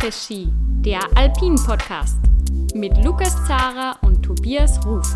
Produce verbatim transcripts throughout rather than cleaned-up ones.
Après-Ski, der Alpin-Podcast mit Lukas Zara und Tobias Ruf.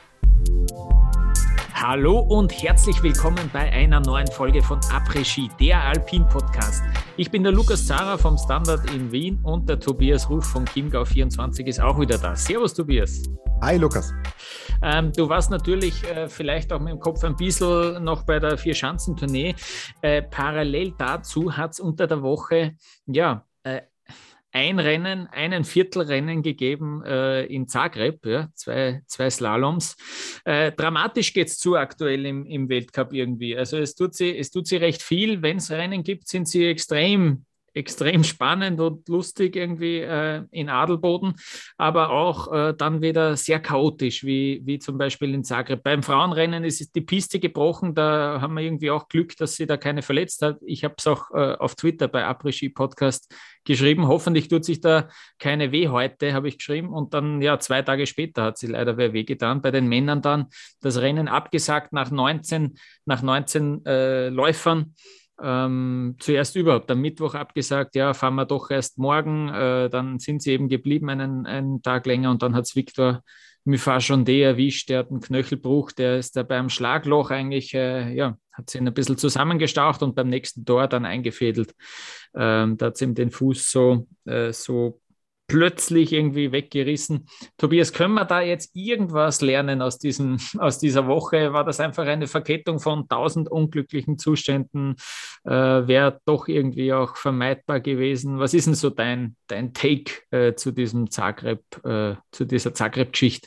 Hallo und herzlich willkommen bei einer neuen Folge von Après-Ski, der Alpin-Podcast. Ich bin der Lukas Zara vom Standard in Wien und der Tobias Ruf von Chiemgau vierundzwanzig ist auch wieder da. Servus Tobias. Hi Lukas. Ähm, du warst natürlich äh, vielleicht auch mit dem Kopf ein bisschen noch bei der Vier-Schanzentournee. Äh, parallel dazu hat es unter der Woche ja äh, ein Rennen, einen Viertelrennen gegeben äh, in Zagreb, ja, zwei, zwei Slaloms. Äh, dramatisch geht es zu aktuell im, im Weltcup irgendwie. Also es tut sie, es tut sie recht viel. Wenn es Rennen gibt, sind sie extrem extrem spannend und lustig irgendwie äh, in Adelboden, aber auch äh, dann wieder sehr chaotisch, wie, wie zum Beispiel in Zagreb. Beim Frauenrennen ist die Piste gebrochen, da haben wir irgendwie auch Glück, dass sie da keine verletzt hat. Ich habe es auch äh, auf Twitter bei Après-Ski Podcast geschrieben. Hoffentlich tut sich da keine weh heute, habe ich geschrieben. Und dann, ja, zwei Tage später hat sie leider wer weh getan. Bei den Männern dann das Rennen abgesagt nach neunzehn, nach neunzehn äh, Läufern. Ähm, zuerst überhaupt am Mittwoch abgesagt, ja, fahren wir doch erst morgen, äh, dann sind sie eben geblieben einen, einen Tag länger und dann hat es Victor Muffair-Jondé erwischt, der hat einen Knöchelbruch, der ist da beim Schlagloch eigentlich, äh, ja, hat sich ein bisschen zusammengestaucht und beim nächsten Tor dann eingefädelt. Ähm, da hat es ihm den Fuß so, äh, so plötzlich irgendwie weggerissen. Tobias, können wir da jetzt irgendwas lernen aus, diesem, aus dieser Woche? War das einfach eine Verkettung von tausend unglücklichen Zuständen? Äh, Wäre doch irgendwie auch vermeidbar gewesen? Was ist denn so dein, dein Take äh, zu diesem Zagreb, äh, zu dieser Zagreb-Geschichte?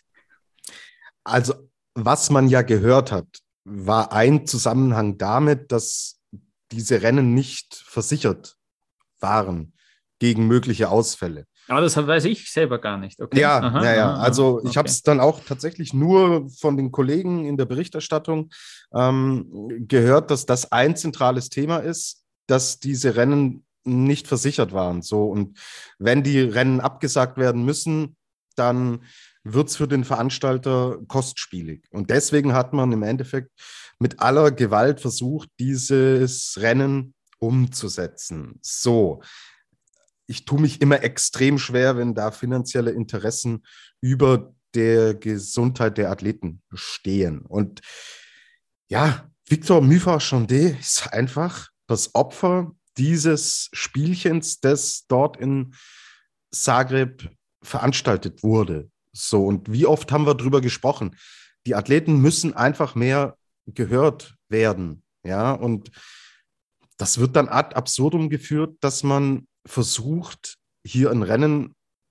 Also, was man ja gehört hat, war ein Zusammenhang damit, dass diese Rennen nicht versichert waren gegen mögliche Ausfälle. Aber das weiß ich selber gar nicht. Okay. Ja, aha, naja, aha, also okay. Ich habe es dann auch tatsächlich nur von den Kollegen in der Berichterstattung ähm, gehört, dass das ein zentrales Thema ist, dass diese Rennen nicht versichert waren. So, und wenn die Rennen abgesagt werden müssen, dann wird es für den Veranstalter kostspielig. Und deswegen hat man im Endeffekt mit aller Gewalt versucht, dieses Rennen umzusetzen. So. Ich tue mich immer extrem schwer, wenn da finanzielle Interessen über der Gesundheit der Athleten stehen. Und ja, Victor Muffair-Jondé ist einfach das Opfer dieses Spielchens, das dort in Zagreb veranstaltet wurde. So, und wie oft haben wir drüber gesprochen? Die Athleten müssen einfach mehr gehört werden. Ja, und das wird dann ad absurdum geführt, dass man versucht, hier ein Rennen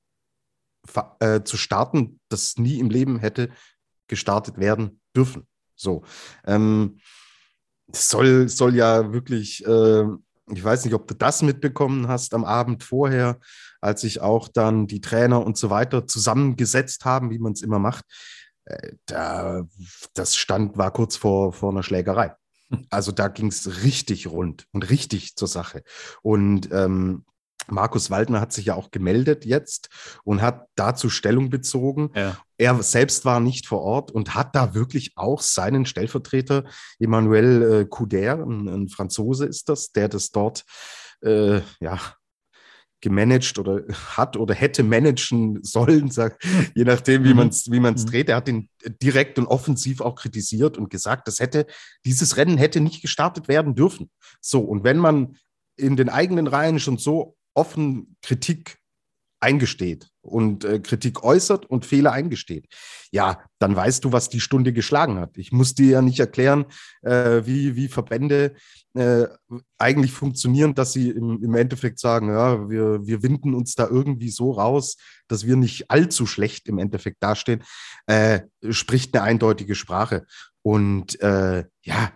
äh, zu starten, das nie im Leben hätte gestartet werden dürfen. So, ähm, soll, soll ja wirklich, äh, ich weiß nicht, ob du das mitbekommen hast am Abend vorher, als sich auch dann die Trainer und so weiter zusammengesetzt haben, wie man es immer macht. Äh, da, das Stand war kurz vor, vor einer Schlägerei. Also da ging es richtig rund und richtig zur Sache. Und ähm, Markus Waldner hat sich ja auch gemeldet jetzt und hat dazu Stellung bezogen. Ja. Er selbst war nicht vor Ort und hat da wirklich auch seinen Stellvertreter, Emmanuel äh, Couder, ein, ein Franzose ist das, der das dort äh, ja, gemanagt oder hat oder hätte managen sollen, sag, je nachdem, wie man es wie man's dreht. Er hat ihn direkt und offensiv auch kritisiert und gesagt, das hätte, dieses Rennen hätte nicht gestartet werden dürfen. So, und wenn man in den eigenen Reihen schon so offen Kritik eingesteht und äh, Kritik äußert und Fehler eingesteht, ja, dann weißt du, was die Stunde geschlagen hat. Ich muss dir ja nicht erklären, äh, wie, wie Verbände äh, eigentlich funktionieren, dass sie im, im Endeffekt sagen, ja, wir, wir winden uns da irgendwie so raus, dass wir nicht allzu schlecht im Endeffekt dastehen, äh, spricht eine eindeutige Sprache. Und äh, ja,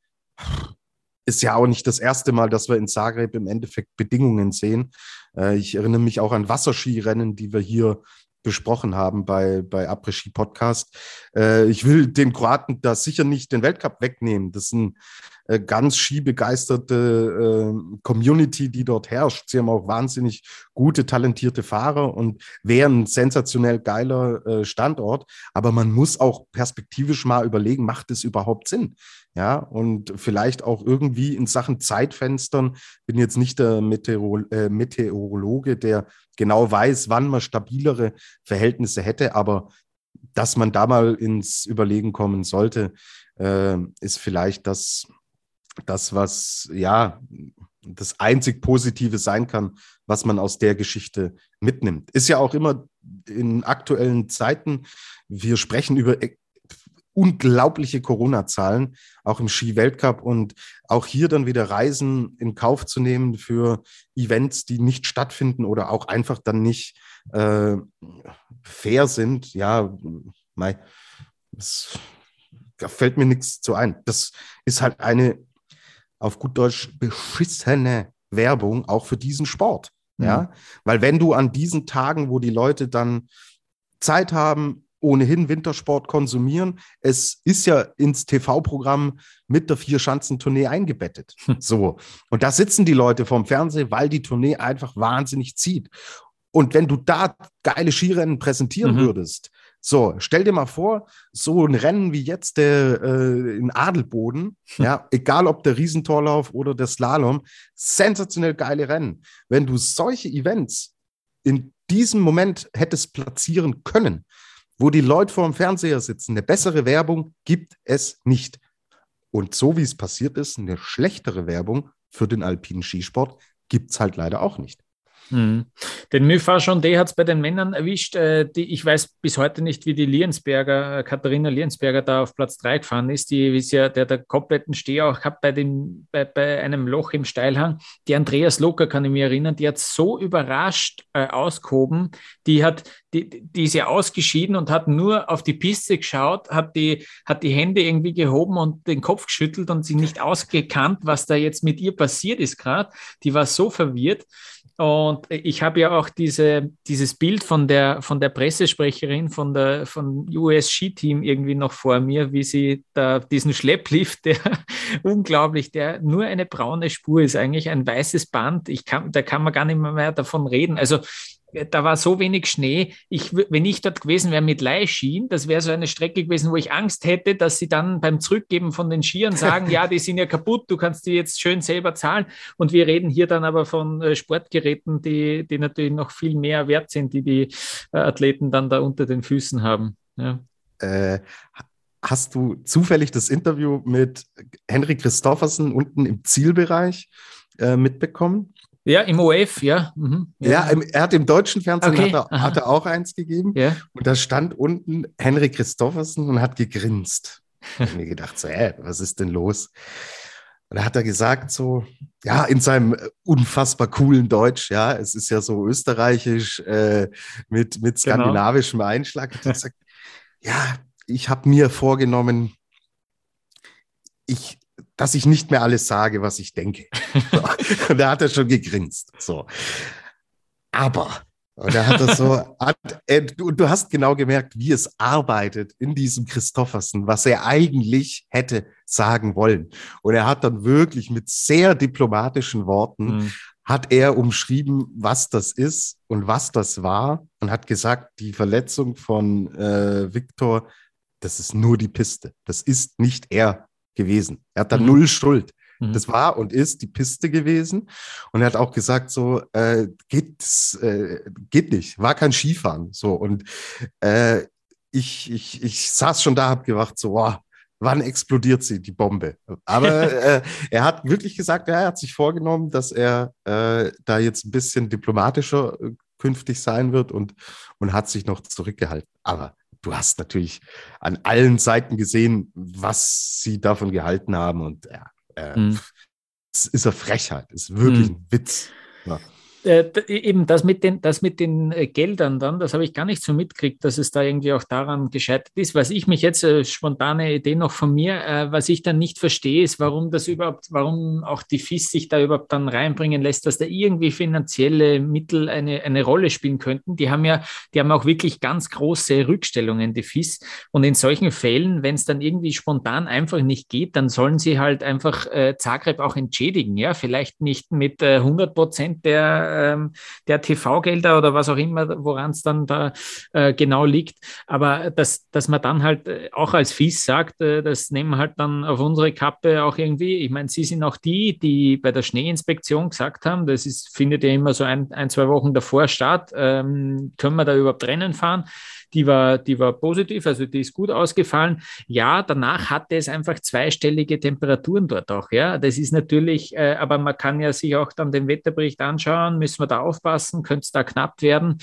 ist ja auch nicht das erste Mal, dass wir in Zagreb im Endeffekt Bedingungen sehen. Äh, ich erinnere mich auch an Wasserskirennen, die wir hier besprochen haben bei, bei Après-Ski Podcast. Äh, ich will den Kroaten da sicher nicht den Weltcup wegnehmen. Das sind äh, ganz skibegeisterte äh, Community, die dort herrscht. Sie haben auch wahnsinnig gute, talentierte Fahrer und wären ein sensationell geiler äh, Standort. Aber man muss auch perspektivisch mal überlegen, macht es überhaupt Sinn? Ja, und vielleicht auch irgendwie in Sachen Zeitfenstern, bin jetzt nicht der Meteoro- äh, Meteorologe, der genau weiß, wann man stabilere Verhältnisse hätte, aber dass man da mal ins Überlegen kommen sollte, äh, ist vielleicht das, das, was ja das einzig Positive sein kann, was man aus der Geschichte mitnimmt. Ist ja auch immer in aktuellen Zeiten, wir sprechen über unglaubliche Corona-Zahlen, auch im Ski-Weltcup und auch hier dann wieder Reisen in Kauf zu nehmen für Events, die nicht stattfinden oder auch einfach dann nicht äh, fair sind. Ja, mei, das, da fällt mir nichts zu ein. Das ist halt eine auf gut Deutsch beschissene Werbung auch für diesen Sport. Mhm. Ja, weil wenn du an diesen Tagen, wo die Leute dann Zeit haben, ohnehin Wintersport konsumieren. Es ist ja ins T V-Programm mit der Vier-Schanzentournee eingebettet. Hm. So. Und da sitzen die Leute vorm Fernseher, weil die Tournee einfach wahnsinnig zieht. Und wenn du da geile Skirennen präsentieren mhm. würdest, so, stell dir mal vor, so ein Rennen wie jetzt der, äh, in Adelboden, hm. ja, egal ob der Riesentorlauf oder der Slalom, sensationell geile Rennen. Wenn du solche Events in diesem Moment hättest platzieren können, wo die Leute vor dem Fernseher sitzen. Eine bessere Werbung gibt es nicht. Und so wie es passiert ist, eine schlechtere Werbung für den alpinen Skisport gibt es halt leider auch nicht. Mhm. Den Mufajondé hat es bei den Männern erwischt. Äh, die, ich weiß bis heute nicht, wie die Liensberger, äh, Katharina Liensberger da auf Platz drei gefahren ist. Die ist ja, der der kompletten Steher auch gehabt bei, dem, bei, bei einem Loch im Steilhang. Die Andreas Locker, kann ich mich erinnern, die hat so überrascht äh, ausgehoben. Die hat, die, die ist ja ausgeschieden und hat nur auf die Piste geschaut, hat die, hat die Hände irgendwie gehoben und den Kopf geschüttelt und sich nicht ausgekannt, was da jetzt mit ihr passiert ist gerade. Die war so verwirrt. Und ich habe ja auch diese, dieses Bild von der, von der Pressesprecherin von der von U S-Ski-Team irgendwie noch vor mir, wie sie da diesen Schlepplift, der unglaublich, der nur eine braune Spur ist, eigentlich ein weißes Band. Ich kann, da kann man gar nicht mehr davon reden. Also da war so wenig Schnee. Ich, wenn ich dort gewesen wäre mit Leihskien, das wäre so eine Strecke gewesen, wo ich Angst hätte, dass sie dann beim Zurückgeben von den Skiern sagen, ja, die sind ja kaputt, du kannst die jetzt schön selber zahlen. Und wir reden hier dann aber von äh, Sportgeräten, die, die natürlich noch viel mehr wert sind, die die äh, Athleten dann da unter den Füßen haben. Ja. Äh, hast du zufällig das Interview mit Henrik Christophersen unten im Zielbereich äh, mitbekommen? Ja, im O F, ja. Mhm. Ja, ja im, er hat im deutschen Fernsehen okay. hat, er, hat er auch eins gegeben. Ja. Und da stand unten Henrik Christophersen und hat gegrinst. Ich habe mir gedacht, so, hä, was ist denn los? Und da hat er gesagt, so, ja, in seinem unfassbar coolen Deutsch, ja, es ist ja so österreichisch äh, mit, mit skandinavischem genau. Einschlag, hat er gesagt, ja, ich habe mir vorgenommen, ich dass ich nicht mehr alles sage, was ich denke. So. Und da hat er schon gegrinst. So. Aber, und da hat er so, hat, äh, du, du hast genau gemerkt, wie es arbeitet in diesem Christophersen, was er eigentlich hätte sagen wollen. Und er hat dann wirklich mit sehr diplomatischen Worten, mhm. hat er umschrieben, was das ist und was das war und hat gesagt, die Verletzung von äh, Viktor, das ist nur die Piste. Das ist nicht er gewesen. Er hat da mhm. null Schuld. Mhm. Das war und ist die Piste gewesen. Und er hat auch gesagt, so, äh, geht, äh, geht nicht, war kein Skifahren. So, und äh, ich, ich, ich saß schon da, hab gewacht, so, wow, wann explodiert sie, die Bombe? Aber äh, er hat wirklich gesagt, ja, er hat sich vorgenommen, dass er äh, da jetzt ein bisschen diplomatischer äh, künftig sein wird und, und hat sich noch zurückgehalten. Aber du hast natürlich an allen Seiten gesehen, was sie davon gehalten haben. Und ja, äh, hm. es ist eine Frechheit, es ist wirklich hm. ein Witz. Ja. Äh, eben das mit den, das mit den äh, Geldern dann, das habe ich gar nicht so mitgekriegt, dass es da irgendwie auch daran gescheitert ist. Was ich mich jetzt, äh, spontane Idee noch von mir, äh, was ich dann nicht verstehe, ist, warum das überhaupt, warum auch die F I S sich da überhaupt dann reinbringen lässt, dass da irgendwie finanzielle Mittel eine, eine Rolle spielen könnten. Die haben ja, die haben auch wirklich ganz große Rückstellungen, die F I S. Und in solchen Fällen, wenn es dann irgendwie spontan einfach nicht geht, dann sollen sie halt einfach äh, Zagreb auch entschädigen. Ja, vielleicht nicht mit äh, hundert Prozent der der T V-Gelder oder was auch immer, woran es dann da äh, genau liegt. Aber dass, dass man dann halt auch als F I S sagt, äh, das nehmen wir halt dann auf unsere Kappe auch irgendwie. Ich meine, Sie sind auch die, die bei der Schneeinspektion gesagt haben, das ist, findet ja immer so ein, ein zwei Wochen davor statt, ähm, können wir da überhaupt Rennen fahren? Die war, die war positiv, also die ist gut ausgefallen. Ja, danach hatte es einfach zweistellige Temperaturen dort auch. Ja, das ist natürlich, äh, aber man kann ja sich auch dann den Wetterbericht anschauen, müssen wir da aufpassen, könnte es da knapp werden.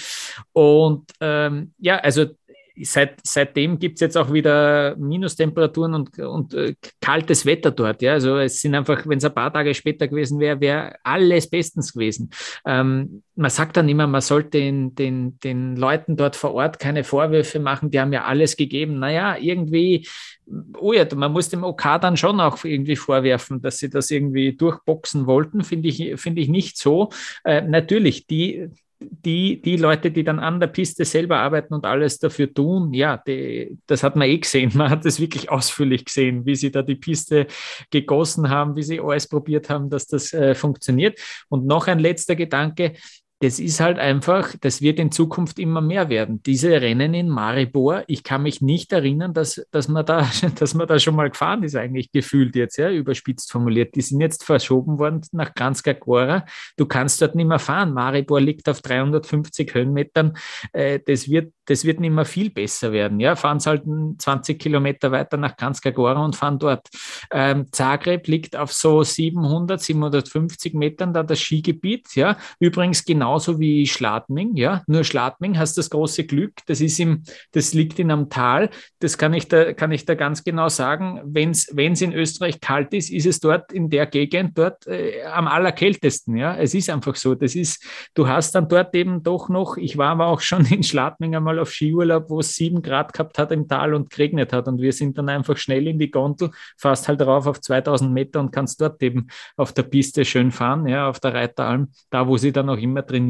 Und ähm, ja, also Seit, seitdem gibt es jetzt auch wieder Minustemperaturen und, und äh, kaltes Wetter dort. Ja? Also es sind einfach, wenn es ein paar Tage später gewesen wäre, wäre alles bestens gewesen. Ähm, man sagt dann immer, man sollte den, den, den Leuten dort vor Ort keine Vorwürfe machen, die haben ja alles gegeben. Naja, irgendwie, oh ja, man muss dem OK dann schon auch irgendwie vorwerfen, dass sie das irgendwie durchboxen wollten, finde ich, find ich nicht so. Äh, natürlich, die Die, die Leute, die dann an der Piste selber arbeiten und alles dafür tun, ja, die, das hat man eh gesehen. Man hat es wirklich ausführlich gesehen, wie sie da die Piste gegossen haben, wie sie alles probiert haben, dass das äh, funktioniert. Und noch ein letzter Gedanke. Das ist halt einfach, das wird in Zukunft immer mehr werden. Diese Rennen in Maribor, ich kann mich nicht erinnern, dass, dass, man da, dass man da schon mal gefahren ist, eigentlich gefühlt jetzt, ja, überspitzt formuliert. Die sind jetzt verschoben worden nach Kranjska Gora. Du kannst dort nicht mehr fahren. Maribor liegt auf dreihundertfünfzig Höhenmetern. Äh, das wird, das wird nicht mehr viel besser werden. Ja, fahren sie halt zwanzig Kilometer weiter nach Kranjska Gora und fahren dort. Ähm, Zagreb liegt auf so siebenhundert, siebenhundertfünfzig Metern, da das Skigebiet. Ja, übrigens genau genauso wie Schladming, ja, nur Schladming hast das große Glück, das ist im, das liegt in einem Tal, das kann ich da, kann ich da ganz genau sagen, wenn es in Österreich kalt ist, ist es dort in der Gegend dort äh, am allerkältesten, ja, es ist einfach so, das ist, du hast dann dort eben doch noch, ich war aber auch schon in Schladming einmal auf Skiurlaub, wo es sieben Grad gehabt hat im Tal und geregnet hat und wir sind dann einfach schnell in die Gondel, fährst halt rauf auf zweitausend Meter und kannst dort eben auf der Piste schön fahren, ja, auf der Reiteralm, da wo sie dann auch immer trainieren.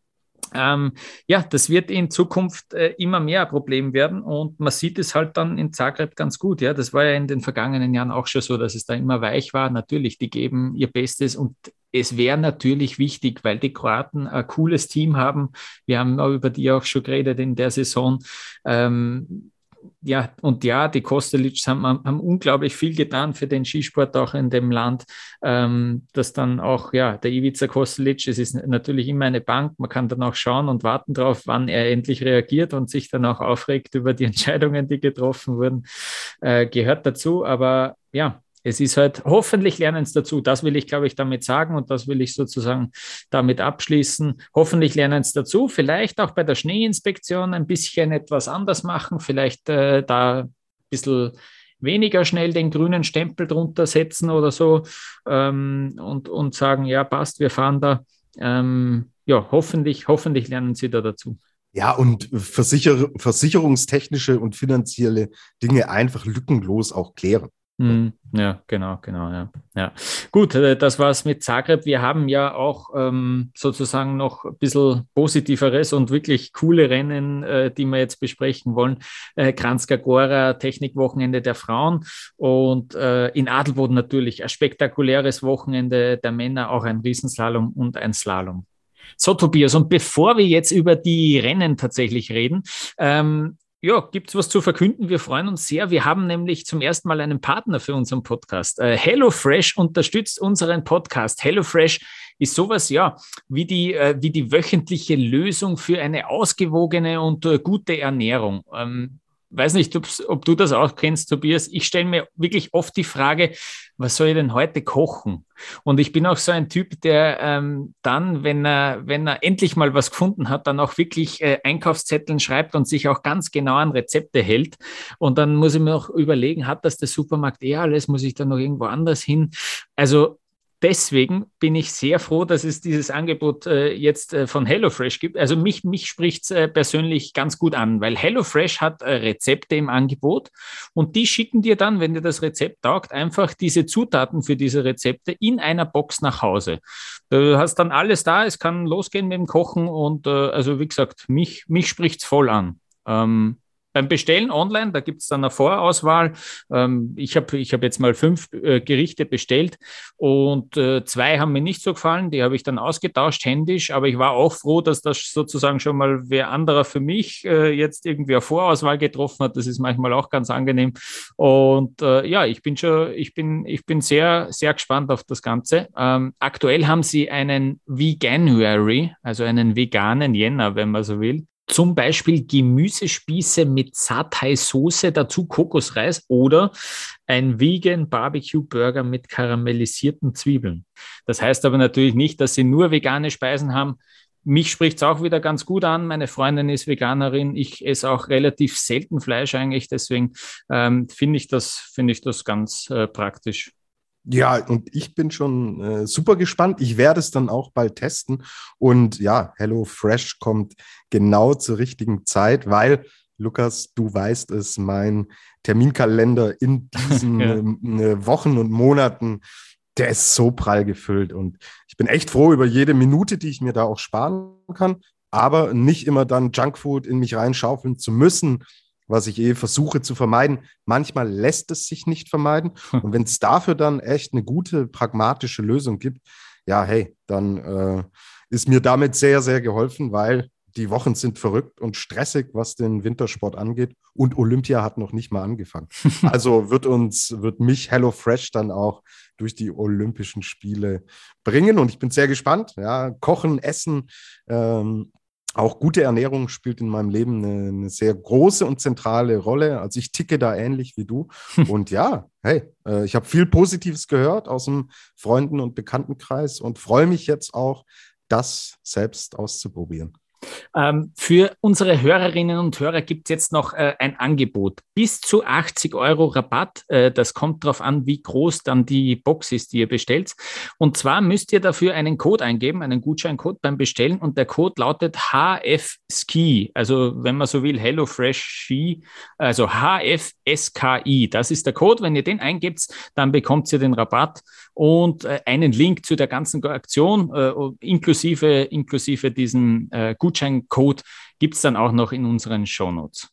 Ähm, ja, das wird in Zukunft äh, immer mehr ein Problem werden und man sieht es halt dann in Zagreb ganz gut. Ja, das war ja in den vergangenen Jahren auch schon so, dass es da immer weich war. Natürlich, die geben ihr Bestes und es wäre natürlich wichtig, weil die Kroaten ein cooles Team haben. Wir haben auch über die auch schon geredet in der Saison. Ähm, Ja, und ja, die Kostelics haben, haben unglaublich viel getan für den Skisport auch in dem Land, ähm, dass dann auch, ja, der Ivica Kostelic, es ist natürlich immer eine Bank, man kann dann auch schauen und warten darauf, wann er endlich reagiert und sich dann auch aufregt über die Entscheidungen, die getroffen wurden, äh, gehört dazu, aber ja, es ist halt, hoffentlich lernen es dazu. Das will ich, glaube ich, damit sagen und das will ich sozusagen damit abschließen. Hoffentlich lernen es dazu. Vielleicht auch bei der Schneeinspektion ein bisschen etwas anders machen. Vielleicht äh, da ein bisschen weniger schnell den grünen Stempel drunter setzen oder so ähm, und, und sagen, ja, passt, wir fahren da. Ähm, ja, hoffentlich, hoffentlich lernen sie da dazu. Ja, und versicher versicherungstechnische und finanzielle Dinge einfach lückenlos auch klären. Ja, genau, genau, ja. ja. Gut, das war's mit Zagreb. Wir haben ja auch ähm, sozusagen noch ein bisschen positiveres und wirklich coole Rennen, äh, die wir jetzt besprechen wollen. Äh, Kranjska Gora, Technikwochenende der Frauen und äh, in Adelboden natürlich ein spektakuläres Wochenende der Männer, auch ein Riesenslalom und ein Slalom. So, Tobias, und bevor wir jetzt über die Rennen tatsächlich reden, ähm, ja, gibt es was zu verkünden? Wir freuen uns sehr. Wir haben nämlich zum ersten Mal einen Partner für unseren Podcast. Äh, HelloFresh unterstützt unseren Podcast. HelloFresh ist sowas, ja, wie die, äh, wie die wöchentliche Lösung für eine ausgewogene und äh, gute Ernährung. Ähm, weiß nicht, ob du das auch kennst, Tobias. Ich stelle mir wirklich oft die Frage, was soll ich denn heute kochen? Und ich bin auch so ein Typ, der ähm, dann, wenn er, wenn er endlich mal was gefunden hat, dann auch wirklich äh, Einkaufszetteln schreibt und sich auch ganz genau an Rezepte hält. Und dann muss ich mir auch überlegen, hat das der Supermarkt eh alles? Muss ich da noch irgendwo anders hin? Also deswegen bin ich sehr froh, dass es dieses Angebot äh, jetzt äh, von HelloFresh gibt. Also mich, mich spricht es äh, persönlich ganz gut an, weil HelloFresh hat äh, Rezepte im Angebot und die schicken dir dann, wenn dir das Rezept taugt, einfach diese Zutaten für diese Rezepte in einer Box nach Hause. Du hast dann alles da, es kann losgehen mit dem Kochen und äh, also wie gesagt, mich, mich spricht es voll an. Ähm, Beim Bestellen online, da gibt es dann eine Vorauswahl. Ähm, ich habe ich hab jetzt mal fünf äh, Gerichte bestellt und äh, zwei haben mir nicht so gefallen. Die habe ich dann ausgetauscht, händisch. Aber ich war auch froh, dass das sozusagen schon mal wer anderer für mich äh, jetzt irgendwie eine Vorauswahl getroffen hat. Das ist manchmal auch ganz angenehm. Und äh, ja, ich bin schon, ich bin, ich bin sehr, sehr gespannt auf das Ganze. Ähm, aktuell haben sie einen Veganuary, also einen veganen Jänner, wenn man so will. Zum Beispiel Gemüsespieße mit Satay-Soße, dazu Kokosreis oder ein Vegan Barbecue Burger mit karamellisierten Zwiebeln. Das heißt aber natürlich nicht, dass sie nur vegane Speisen haben. Mich spricht es auch wieder ganz gut an. Meine Freundin ist Veganerin. Ich esse auch relativ selten Fleisch eigentlich. Deswegen ähm, finde ich das, finde ich das ganz äh, praktisch. Ja, und ich bin schon äh, super gespannt. Ich werde es dann auch bald testen. Und ja, HelloFresh kommt genau zur richtigen Zeit, weil, Lukas, du weißt es, mein Terminkalender in diesen ja. äh, Wochen und Monaten, der ist so prall gefüllt. Und ich bin echt froh über jede Minute, die ich mir da auch sparen kann, aber nicht immer dann Junkfood in mich reinschaufeln zu müssen, was ich eh versuche zu vermeiden. Manchmal lässt es sich nicht vermeiden. Und wenn es dafür dann echt eine gute, pragmatische Lösung gibt, ja, hey, dann äh, ist mir damit sehr, sehr geholfen, weil die Wochen sind verrückt und stressig, was den Wintersport angeht. Und Olympia hat noch nicht mal angefangen. Also wird uns, wird mich HelloFresh dann auch durch die Olympischen Spiele bringen. Und ich bin sehr gespannt. Ja, Kochen, Essen, ähm, auch gute Ernährung spielt in meinem Leben eine, eine sehr große und zentrale Rolle. Also ich ticke da ähnlich wie du. Und ja, hey, äh, ich habe viel Positives gehört aus dem Freunden- und Bekanntenkreis und freue mich jetzt auch, das selbst auszuprobieren. Ähm, für unsere Hörerinnen und Hörer gibt es jetzt noch äh, ein Angebot. Bis zu achtzig Euro Rabatt. Äh, das kommt darauf an, wie groß dann die Box ist, die ihr bestellt. Und zwar müsst ihr dafür einen Code eingeben, einen Gutscheincode beim Bestellen. Und der Code lautet H F S K I. Also wenn man so will, HelloFresh Ski. Also H F S K I. Das ist der Code. Wenn ihr den eingebt, dann bekommt ihr den Rabatt und äh, einen Link zu der ganzen Aktion, äh, inklusive, inklusive diesen äh, Gutscheincode gibt es dann auch noch in unseren Shownotes.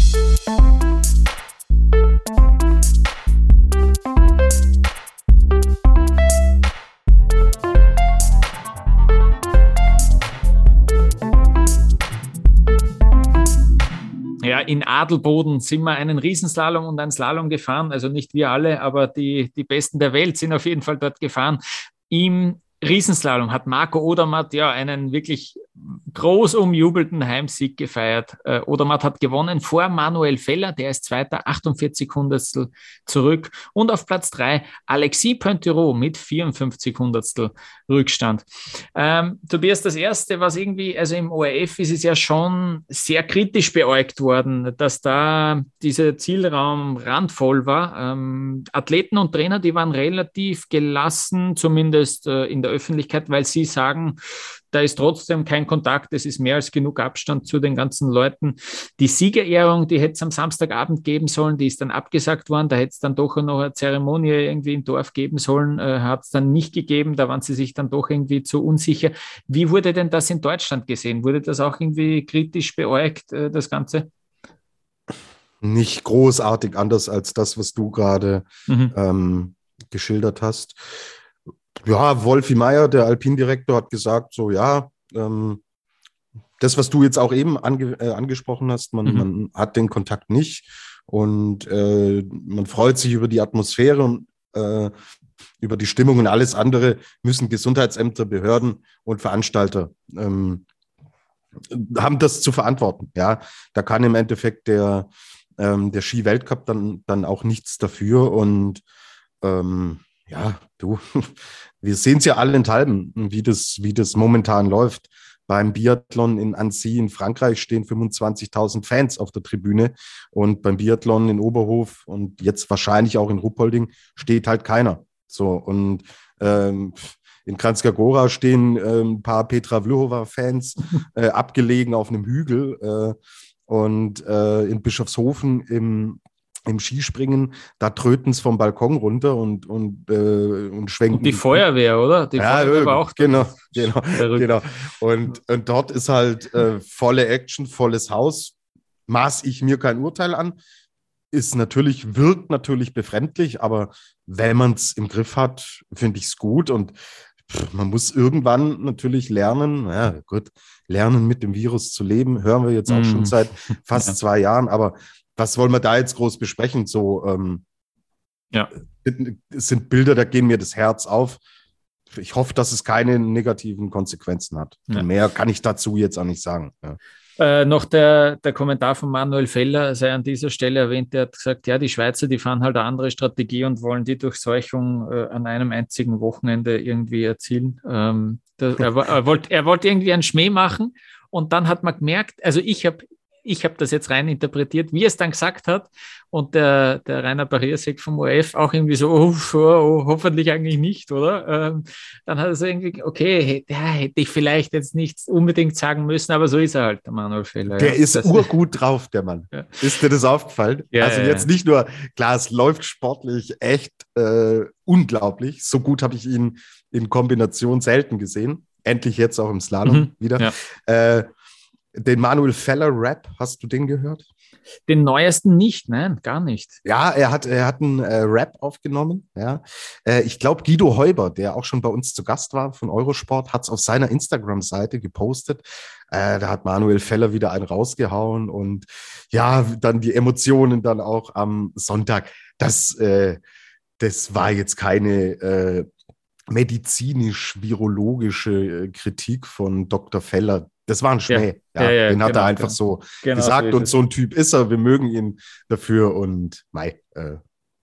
Ja, in Adelboden sind wir einen Riesenslalom und einen Slalom gefahren. Also nicht wir alle, aber die, die Besten der Welt sind auf jeden Fall dort gefahren. Im Riesenslalom hat Marco Odermatt ja einen wirklich groß umjubelten Heimsieg gefeiert. Äh, Odermatt hat gewonnen vor Manuel Feller, der ist Zweiter, achtundvierzig Hundertstel zurück. Und auf Platz drei Alexis Pointerot mit vierundfünfzig Hundertstel Rückstand. Ähm, Tobias, das Erste, was irgendwie, also im O R F ist es ja schon sehr kritisch beäugt worden, dass da dieser Zielraum randvoll war. Ähm, Athleten und Trainer, die waren relativ gelassen, zumindest äh, in der Öffentlichkeit, weil sie sagen, da ist trotzdem kein Kontakt, es ist mehr als genug Abstand zu den ganzen Leuten. Die Siegerehrung, die hätte es am Samstagabend geben sollen, die ist dann abgesagt worden, da hätte es dann doch noch eine Zeremonie irgendwie im Dorf geben sollen, äh, hat es dann nicht gegeben, da waren sie sich dann doch irgendwie zu unsicher. Wie wurde denn das in Deutschland gesehen? Wurde das auch irgendwie kritisch beäugt, äh, das Ganze? Nicht großartig anders als das, was du gerade mhm. ähm, geschildert hast. Ja, Wolfi Meier, der Alpindirektor, hat gesagt, so ja, ähm, das, was du jetzt auch eben ange, äh, angesprochen hast, man, mhm. man hat den Kontakt nicht und äh, man freut sich über die Atmosphäre und äh, über die Stimmung und alles andere müssen Gesundheitsämter, Behörden und Veranstalter ähm, haben das zu verantworten. Ja, da kann im Endeffekt der, ähm, der Ski-Weltcup dann, dann auch nichts dafür und ähm, ja, du, wir sehen es ja allenthalben, wie das, wie das momentan läuft. Beim Biathlon in Annecy in Frankreich stehen fünfundzwanzigtausend Fans auf der Tribüne und beim Biathlon in Oberhof und jetzt wahrscheinlich auch in Ruppolding steht halt keiner. So, und Ähm, in Kranjska Gora stehen äh, ein paar Petra Vlhova-Fans äh, abgelegen auf einem Hügel äh, und äh, in Bischofshofen im, im Skispringen, da tröten es vom Balkon runter und, und, äh, und schwenken. Und die Feuerwehr, oder? Die ja, Feuerwehr war auch genau, genau, genau. Und, und dort ist halt äh, volle Action, volles Haus. Maß ich mir kein Urteil an. Ist natürlich, wirkt natürlich befremdlich, aber wenn man es im Griff hat, finde ich es gut. Und pff, man muss irgendwann natürlich lernen, ja gut, lernen mit dem Virus zu leben, hören wir jetzt auch mm. schon seit fast ja. zwei Jahren. Aber was wollen wir da jetzt groß besprechen? So, ähm, ja. es sind Bilder, da gehen mir das Herz auf. Ich hoffe, dass es keine negativen Konsequenzen hat. Ja. Mehr kann ich dazu jetzt auch nicht sagen. Ja. Äh, noch der, der Kommentar von Manuel Feller sei an dieser Stelle erwähnt, der hat gesagt, ja, die Schweizer, die fahren halt eine andere Strategie und wollen die Durchseuchung äh, an einem einzigen Wochenende irgendwie erzielen. Ähm, das, er, er wollte er wollt irgendwie einen Schmäh machen und dann hat man gemerkt, also ich habe ich habe das jetzt rein interpretiert, wie er es dann gesagt hat und der, der Rainer Bariersek vom O R F auch irgendwie so, oh, oh, oh, hoffentlich eigentlich nicht, oder? Ähm, dann hat er so irgendwie, okay, ja, hätte ich vielleicht jetzt nicht unbedingt sagen müssen, aber so ist er halt, der Manuel Feller. Der ja. ist das, urgut drauf, der Mann. Ja. Ist dir das aufgefallen? Ja, also ja, jetzt ja. nicht nur, klar, es läuft sportlich echt äh, unglaublich. So gut habe ich ihn in Kombination selten gesehen. Endlich jetzt auch im Slalom mhm. wieder. Ja. Äh, Den Manuel Feller Rap, hast du den gehört? Den neuesten nicht, nein, gar nicht. Ja, er hat, er hat einen äh, Rap aufgenommen. Ja. Äh, ich glaube, Guido Heuber, der auch schon bei uns zu Gast war von Eurosport, hat es auf seiner Instagram-Seite gepostet. Äh, da hat Manuel Feller wieder einen rausgehauen und ja, dann die Emotionen dann auch am Sonntag. Das, äh, das war jetzt keine äh, medizinisch-virologische Kritik von Doktor Feller. Das war ein Schmäh. Ja, ja, ja, den hat genau, er einfach genau. so genau gesagt. So und so ein Typ ist er. Wir mögen ihn dafür. Und mei, äh,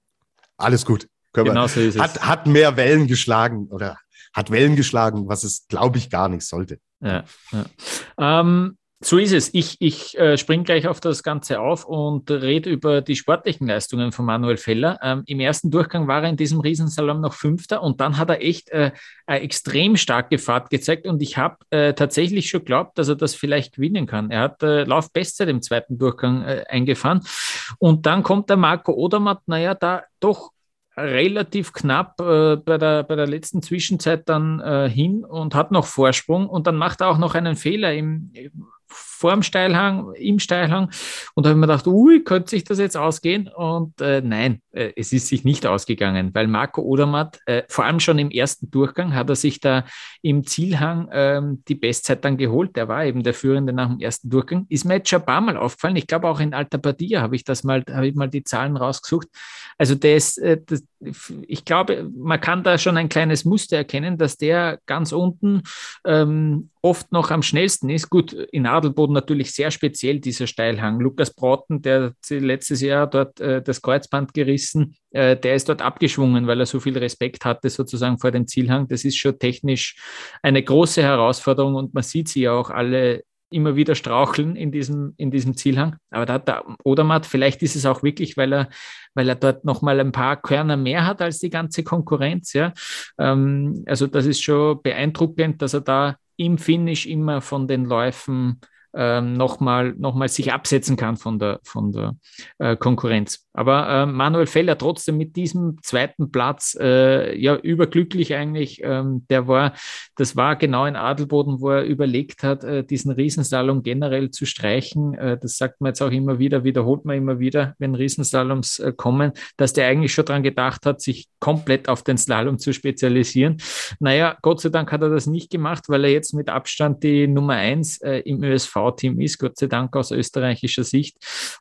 alles gut. Können genau wir, so ist es. Hat, hat mehr Wellen geschlagen oder hat Wellen geschlagen, was es, glaube ich, gar nicht sollte. Ja, ja. Ähm, so ist es. Ich, ich äh, springe gleich auf das Ganze auf und rede über die sportlichen Leistungen von Manuel Feller. Ähm, Im ersten Durchgang war er in diesem Riesensalon noch Fünfter und dann hat er echt äh, eine extrem starke Fahrt gezeigt und ich habe äh, tatsächlich schon geglaubt, dass er das vielleicht gewinnen kann. Er hat äh, Laufbestzeit im zweiten Durchgang äh, eingefahren und dann kommt der Marco Odermatt, naja, da doch relativ knapp äh, bei, der, bei der letzten Zwischenzeit dann äh, hin und hat noch Vorsprung und dann macht er auch noch einen Fehler im vorm Steilhang, im Steilhang und da habe ich mir gedacht, ui, könnte sich das jetzt ausgehen? Und äh, nein, äh, es ist sich nicht ausgegangen, weil Marco Odermatt, äh, vor allem schon im ersten Durchgang, hat er sich da im Zielhang ähm, die Bestzeit dann geholt. Der war eben der Führende nach dem ersten Durchgang. Ist mir jetzt schon ein paar Mal aufgefallen. Ich glaube auch in Alta Badia habe ich das mal, habe ich mal die Zahlen rausgesucht. Also der ist, äh, das, ich glaube, man kann da schon ein kleines Muster erkennen, dass der ganz unten ähm, oft noch am schnellsten ist. Gut, in Adelboden natürlich sehr speziell dieser Steilhang. Lukas Broughton, der hat letztes Jahr dort äh, das Kreuzband gerissen, äh, der ist dort abgeschwungen, weil er so viel Respekt hatte sozusagen vor dem Zielhang. Das ist schon technisch eine große Herausforderung und man sieht sie ja auch alle immer wieder straucheln in diesem, in diesem Zielhang. Aber da hat der Odermatt, vielleicht ist es auch wirklich, weil er, weil er dort nochmal ein paar Körner mehr hat als die ganze Konkurrenz. Ja. Ähm, also das ist schon beeindruckend, dass er da im Finish immer von den Läufen ähm, nochmal noch mal sich absetzen kann von der, von der äh, Konkurrenz. Aber äh, Manuel Feller trotzdem mit diesem zweiten Platz äh, ja überglücklich eigentlich. Ähm, der war, das war genau in Adelboden, wo er überlegt hat, äh, diesen Riesenslalom generell zu streichen. Äh, das sagt man jetzt auch immer wieder, wiederholt man immer wieder, wenn Riesenslaloms äh, kommen, dass der eigentlich schon daran gedacht hat, sich komplett auf den Slalom zu spezialisieren. Naja, Gott sei Dank hat er das nicht gemacht, weil er jetzt mit Abstand die Nummer eins äh, im Ö S V-Team ist, Gott sei Dank aus österreichischer Sicht.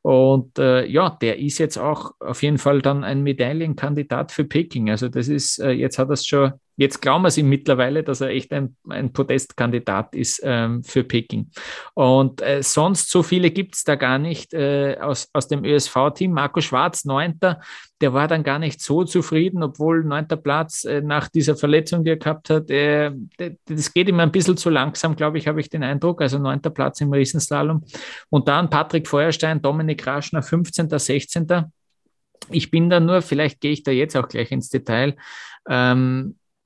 Und äh, ja, der ist jetzt auch auch auf jeden Fall dann ein Medaillenkandidat für Peking. Also das ist, äh, jetzt hat er es schon, jetzt glauben wir es ihm mittlerweile, dass er echt ein, ein Podestkandidat ist ähm, für Peking. Und äh, sonst so viele gibt es da gar nicht äh, aus, aus dem Ö S V-Team. Marco Schwarz, Neunter, der war dann gar nicht so zufrieden, obwohl neunter Platz äh, nach dieser Verletzung, die er gehabt hat, äh, das geht ihm ein bisschen zu langsam, glaube ich, habe ich den Eindruck. Also neunter Platz im Riesenslalom. Und dann Patrick Feuerstein, Dominik Raschner, fünfzehnter, sechzehnter. Ich bin da nur, vielleicht gehe ich da jetzt auch gleich ins Detail, ähm,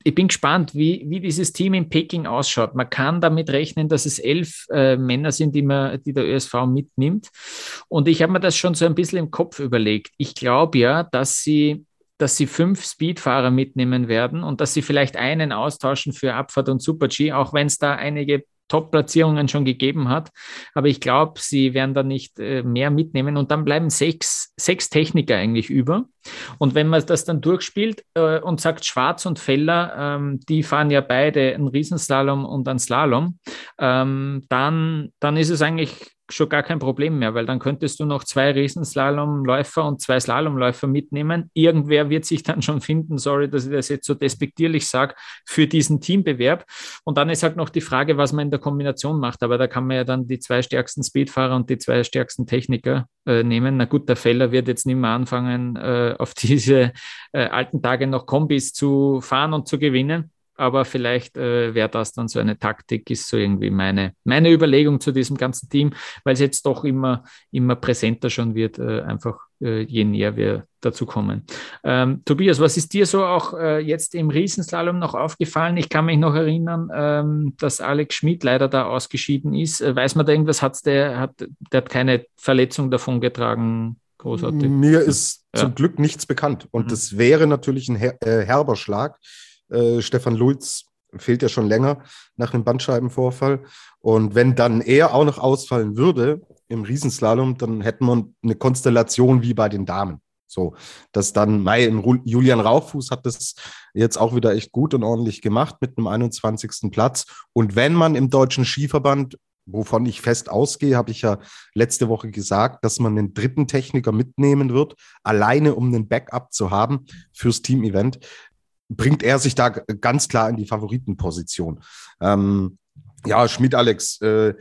ich bin gespannt, wie, wie dieses Team in Peking ausschaut. Man kann damit rechnen, dass es elf äh, Männer sind, die, man, die der Ö S V mitnimmt. Und ich habe mir das schon so ein bisschen im Kopf überlegt. Ich glaube ja, dass sie, dass sie fünf Speedfahrer mitnehmen werden und dass sie vielleicht einen austauschen für Abfahrt und Super-G, auch wenn es da einige Top-Platzierungen schon gegeben hat. Aber ich glaube, sie werden da nicht äh, mehr mitnehmen und dann bleiben sechs, sechs Techniker eigentlich über. Und wenn man das dann durchspielt äh, und sagt, Schwarz und Feller, ähm, die fahren ja beide einen Riesenslalom und einen Slalom, ähm, dann, dann ist es eigentlich schon gar kein Problem mehr, weil dann könntest du noch zwei Riesenslalomläufer und zwei Slalomläufer mitnehmen. Irgendwer wird sich dann schon finden, sorry, dass ich das jetzt so despektierlich sage, für diesen Teambewerb. Und dann ist halt noch die Frage, was man in der Kombination macht. Aber da kann man ja dann die zwei stärksten Speedfahrer und die zwei stärksten Techniker äh, nehmen. Na gut, der Feller wird jetzt nicht mehr anfangen, äh, auf diese äh, alten Tage noch Kombis zu fahren und zu gewinnen. Aber vielleicht äh, wäre das dann so eine Taktik, ist so irgendwie meine, meine Überlegung zu diesem ganzen Team, weil es jetzt doch immer, immer präsenter schon wird, äh, einfach äh, je näher wir dazu kommen. Ähm, Tobias, was ist dir so auch äh, jetzt im Riesenslalom noch aufgefallen? Ich kann mich noch erinnern, ähm, dass Alex Schmid leider da ausgeschieden ist. Äh, weiß man da irgendwas? Hat's der, hat, der hat keine Verletzung davongetragen? Großartig. Mir ist ja. zum Glück nichts bekannt. Und Mhm. das wäre natürlich ein her äh, herber Schlag. Äh, Stefan Luiz fehlt ja schon länger nach einem Bandscheibenvorfall. Und wenn dann er auch noch ausfallen würde im Riesenslalom, dann hätten wir eine Konstellation wie bei den Damen. So, dass dann Mai, Julian Rauchfuß hat das jetzt auch wieder echt gut und ordentlich gemacht mit einem einundzwanzigsten Platz. Und wenn man im Deutschen Skiverband, wovon ich fest ausgehe, habe ich ja letzte Woche gesagt, dass man einen dritten Techniker mitnehmen wird, alleine um einen Backup zu haben fürs Team-Event, bringt er sich da ganz klar in die Favoritenposition. Ähm, ja, Schmid Alex, äh,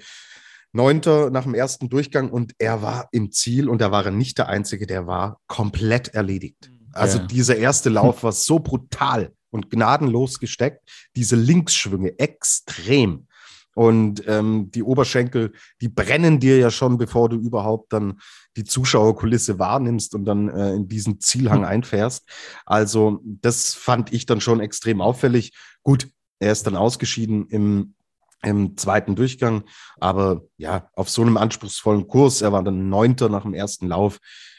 Neunter nach dem ersten Durchgang und er war im Ziel und da war er nicht der Einzige, der war komplett erledigt. Also ja. Dieser erste Lauf war so brutal und gnadenlos gesteckt, diese Linksschwünge extrem. Und ähm, die Oberschenkel, die brennen dir ja schon, bevor du überhaupt dann die Zuschauerkulisse wahrnimmst und dann äh, in diesen Zielhang einfährst. Also das fand ich dann schon extrem auffällig. Gut, er ist dann ausgeschieden im, im zweiten Durchgang, aber ja, auf so einem anspruchsvollen Kurs, er war dann Neunter nach dem ersten Lauf.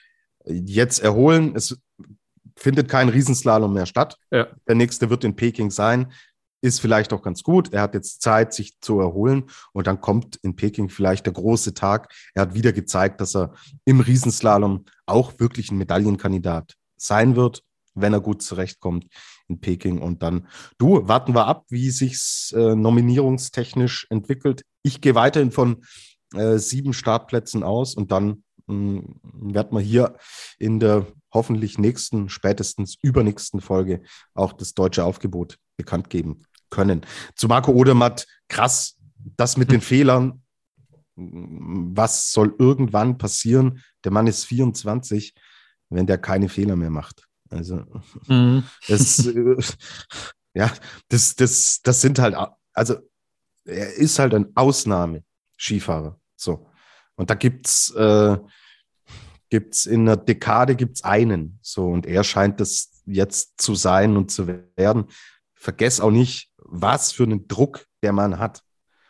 Jetzt erholen, es findet kein Riesenslalom mehr statt. Ja. Der nächste wird in Peking sein. Ist vielleicht auch ganz gut. Er hat jetzt Zeit, sich zu erholen und dann kommt in Peking vielleicht der große Tag. Er hat wieder gezeigt, dass er im Riesenslalom auch wirklich ein Medaillenkandidat sein wird, wenn er gut zurechtkommt in Peking. Und dann, du, warten wir ab, wie sich's äh, nominierungstechnisch entwickelt. Ich gehe weiterhin von äh, sieben Startplätzen aus und dann mh, werden wir hier in der hoffentlich nächsten, spätestens übernächsten Folge auch das deutsche Aufgebot bekannt geben können. Zu Marco Odermatt, krass, das mit den Fehlern, was soll irgendwann passieren? Der Mann ist vierundzwanzig, wenn der keine Fehler mehr macht. Also, mhm. das, äh, ja, das, das, das sind halt, also, er ist halt ein Ausnahme-Skifahrer. So. Und da gibt's, äh, gibt's in einer Dekade gibt's einen. So. Und er scheint das jetzt zu sein und zu werden. Vergess auch nicht, was für einen Druck der Mann hat.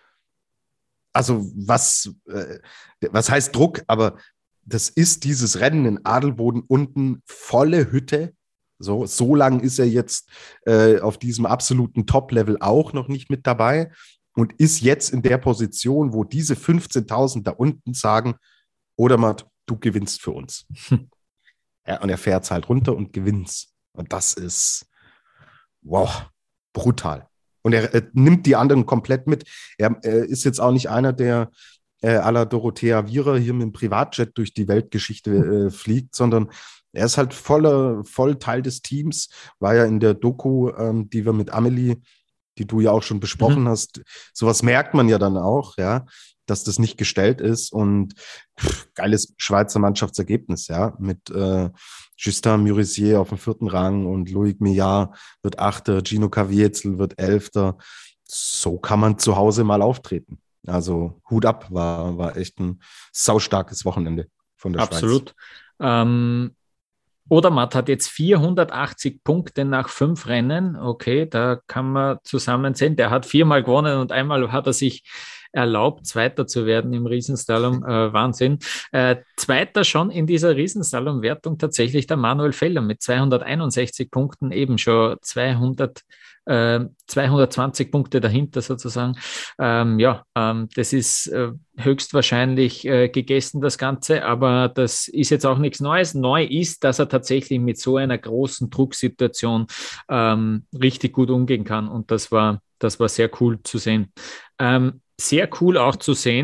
Also was, äh, was heißt Druck? Aber das ist dieses Rennen in Adelboden unten, volle Hütte. So, so lang ist er jetzt äh, auf diesem absoluten Top-Level auch noch nicht mit dabei und ist jetzt in der Position, wo diese fünfzehntausend da unten sagen, Odermatt, du gewinnst für uns. Ja, und er fährt halt runter und gewinnt. Und das ist, wow, brutal. Und er, er nimmt die anderen komplett mit. Er, er ist jetzt auch nicht einer, der äh, à la Dorothea Viera hier mit dem Privatjet durch die Weltgeschichte äh, fliegt, sondern er ist halt voller, voll Teil des Teams. War ja in der Doku, ähm, die wir mit Amelie, die du ja auch schon besprochen mhm. hast, sowas merkt man ja dann auch, ja, dass das nicht gestellt ist und pff, geiles Schweizer Mannschaftsergebnis, ja, mit äh, Justin Murisier auf dem vierten Rang und Loic Millard wird Achter, Gino Caviezel wird Elfter. So kann man zu Hause mal auftreten. Also Hut ab, war, war echt ein saustarkes Wochenende von der Absolut. Schweiz. Ähm, Odermatt hat jetzt vierhundertachtzig Punkte nach fünf Rennen. Okay, da kann man zusammenzählen. Der hat viermal gewonnen und einmal hat er sich erlaubt, Zweiter zu werden im Riesenslalom. Äh, Wahnsinn. Äh, Zweiter schon in dieser Riesenslalom-Wertung tatsächlich der Manuel Feller mit zweihunderteinundsechzig Punkten, eben schon zweihundert, äh, zweihundertzwanzig Punkte dahinter sozusagen. Ähm, ja, ähm, das ist äh, höchstwahrscheinlich äh, gegessen, das Ganze, aber das ist jetzt auch nichts Neues. Neu ist, dass er tatsächlich mit so einer großen Drucksituation ähm, richtig gut umgehen kann und das war, das war sehr cool zu sehen. Ähm, Sehr cool auch zu sehen,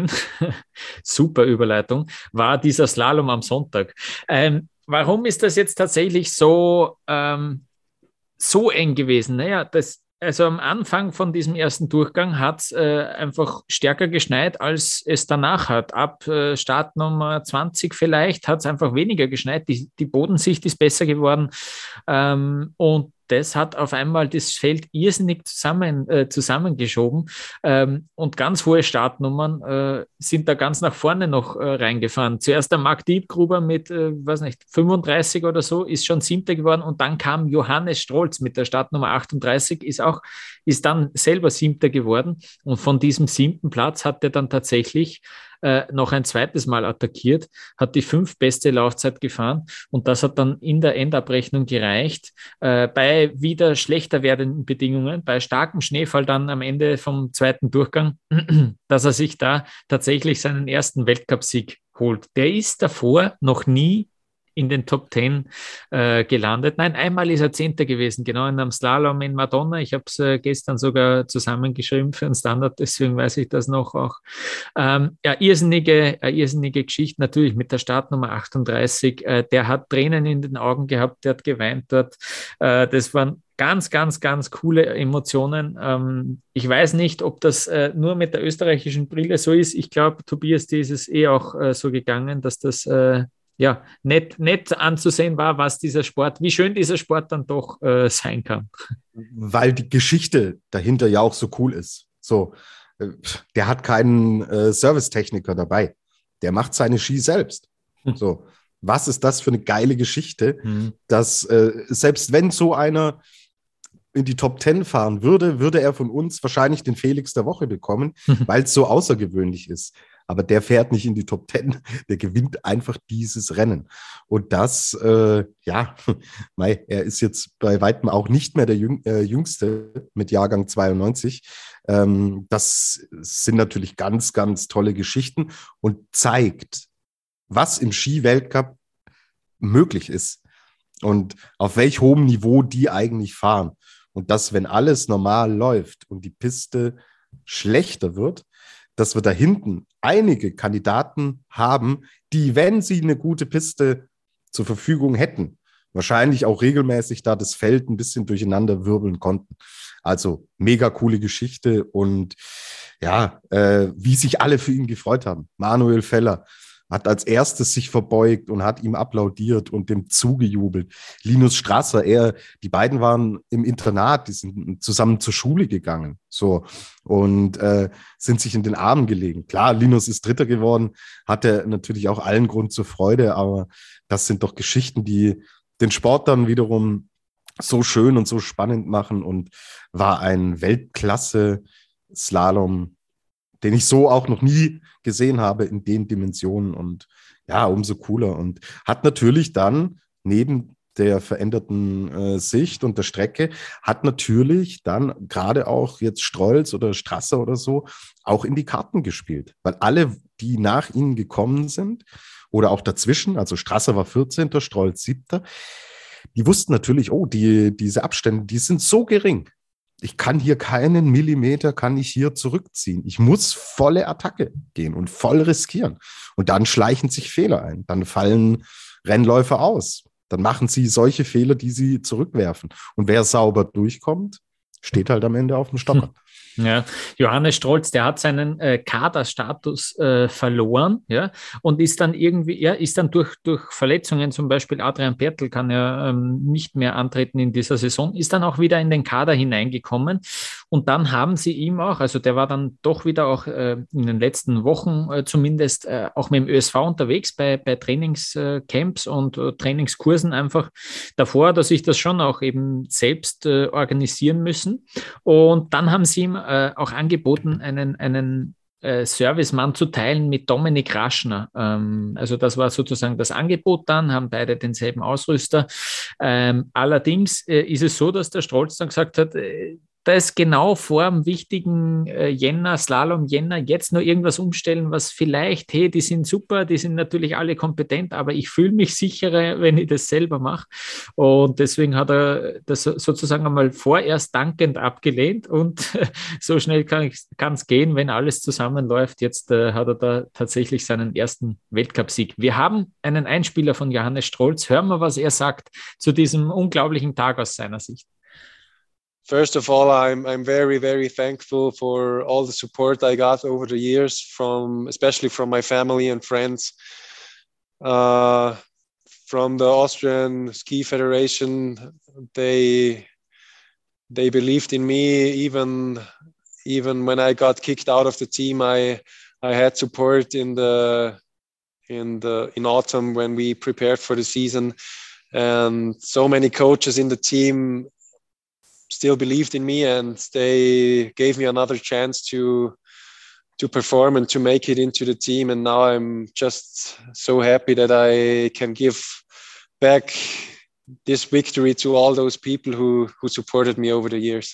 super Überleitung, war dieser Slalom am Sonntag. Ähm, warum ist das jetzt tatsächlich so, ähm, so eng gewesen? Naja, das, also am Anfang von diesem ersten Durchgang hat es äh, einfach stärker geschneit, als es danach hat. Ab äh, Startnummer zwanzig vielleicht hat es einfach weniger geschneit. Die, die Bodensicht ist besser geworden ähm, und das hat auf einmal das Feld irrsinnig zusammen, äh, zusammengeschoben ähm, und ganz hohe Startnummern äh, sind da ganz nach vorne noch äh, reingefahren. Zuerst der Marc Diebgruber mit, äh, weiß nicht, fünfunddreißig oder so, ist schon Siebter geworden und dann kam Johannes Strolz mit der Startnummer achtunddreißig, ist auch, ist dann selber Siebter geworden und von diesem siebten Platz hat er dann tatsächlich äh, noch ein zweites Mal attackiert, hat die fünf beste Laufzeit gefahren und das hat dann in der Endabrechnung gereicht. Äh, bei wieder schlechter werdenden Bedingungen, bei starkem Schneefall dann am Ende vom zweiten Durchgang, dass er sich da tatsächlich seinen ersten Weltcupsieg holt. Der ist davor noch nie in den Top Ten äh, gelandet. Nein, einmal ist er Zehnter gewesen, genau in einem Slalom in Madonna. Ich habe es äh, gestern sogar zusammengeschrieben für einen Standard, deswegen weiß ich das noch auch. Ähm, ja, irrsinnige, äh, irrsinnige Geschichte, natürlich mit der Startnummer achtunddreißig. Äh, der hat Tränen in den Augen gehabt, der hat geweint dort. Äh, das waren ganz, ganz, ganz coole Emotionen. Ähm, ich weiß nicht, ob das äh, nur mit der österreichischen Brille so ist. Ich glaube, Tobias, dir ist es eh auch äh, so gegangen, dass das äh, ja, nett, nett anzusehen war, was dieser Sport, wie schön dieser Sport dann doch äh, sein kann. Weil die Geschichte dahinter ja auch so cool ist. So, äh, der hat keinen äh, Servicetechniker dabei. Der macht seine Ski selbst. Hm. So, was ist das für eine geile Geschichte, hm. dass äh, selbst wenn so einer in die Top Ten fahren würde, würde er von uns wahrscheinlich den Felix der Woche bekommen, weil es so außergewöhnlich ist. Aber der fährt nicht in die Top Ten, der gewinnt einfach dieses Rennen. Und das, äh, ja, mei, er ist jetzt bei weitem auch nicht mehr der Jüng, äh, Jüngste mit Jahrgang zweiundneunzig. Ähm, das sind natürlich ganz, ganz tolle Geschichten und zeigt, was im Ski-Weltcup möglich ist und auf welch hohem Niveau die eigentlich fahren. Und dass, wenn alles normal läuft und die Piste schlechter wird, dass wir da hinten einige Kandidaten haben, die, wenn sie eine gute Piste zur Verfügung hätten, wahrscheinlich auch regelmäßig da das Feld ein bisschen durcheinander wirbeln konnten. Also mega coole Geschichte und ja, äh, wie sich alle für ihn gefreut haben. Manuel Feller hat als erstes sich verbeugt und hat ihm applaudiert und dem zugejubelt. Linus Strasser, er, die beiden waren im Internat, die sind zusammen zur Schule gegangen, so, und äh, sind sich in den Armen gelegen. Klar, Linus ist Dritter geworden, hatte natürlich auch allen Grund zur Freude, aber das sind doch Geschichten, die den Sport dann wiederum so schön und so spannend machen und war ein Weltklasse-Slalom, den ich so auch noch nie gesehen habe in den Dimensionen und ja, umso cooler und hat natürlich dann neben der veränderten äh, Sicht und der Strecke, hat natürlich dann gerade auch jetzt Strolz oder Strasser oder so auch in die Karten gespielt, weil alle, die nach ihnen gekommen sind oder auch dazwischen, also Strasser war vierzehnter, Strolz siebter, die wussten natürlich, oh, die, diese Abstände, die sind so gering. Ich kann hier keinen Millimeter, kann ich hier zurückziehen. Ich muss volle Attacke gehen und voll riskieren. Und dann schleichen sich Fehler ein. Dann fallen Rennläufer aus. Dann machen sie solche Fehler, die sie zurückwerfen. Und wer sauber durchkommt, steht halt am Ende auf dem Stocker. Ja, Johannes Strolz, der hat seinen äh, Kaderstatus äh, verloren, ja, und ist dann irgendwie, ja, ist dann durch, durch Verletzungen, zum Beispiel Adrian Pertl kann ja ähm, nicht mehr antreten in dieser Saison, ist dann auch wieder in den Kader hineingekommen und dann haben sie ihm auch, also der war dann doch wieder auch äh, in den letzten Wochen äh, zumindest äh, auch mit dem Ö S V unterwegs bei, bei Trainingscamps und äh, Trainingskursen einfach. Davor hat er sich das schon auch eben selbst äh, organisieren müssen und dann haben sie ihm äh, auch angeboten, einen, einen äh, Servicemann zu teilen mit Dominik Raschner. Ähm, also das war sozusagen das Angebot dann, haben beide denselben Ausrüster. Ähm, allerdings äh, ist es so, dass der Strolz dann gesagt hat, äh, da ist genau vor dem wichtigen äh, Jänner, Slalom Jänner, jetzt nur irgendwas umstellen, was vielleicht, hey, die sind super, die sind natürlich alle kompetent, aber ich fühle mich sicherer, wenn ich das selber mache. Und deswegen hat er das sozusagen einmal vorerst dankend abgelehnt und so schnell kann es gehen, wenn alles zusammenläuft. Jetzt äh, hat er da tatsächlich seinen ersten Weltcupsieg. Wir haben einen Einspieler von Johannes Strolz. Hören wir, was er sagt zu diesem unglaublichen Tag aus seiner Sicht. First of all, I'm I'm very, very thankful for all the support I got over the years, from especially from my family and friends, uh, from the Austrian Ski Federation. They they believed in me even even when I got kicked out of the team. I I had support in the in the in autumn when we prepared for the season, and so many coaches in the team still believed in me, and they gave me another chance to to perform and to make it into the team. And now I'm just so happy that I can give back this victory to all those people who who supported me over the years.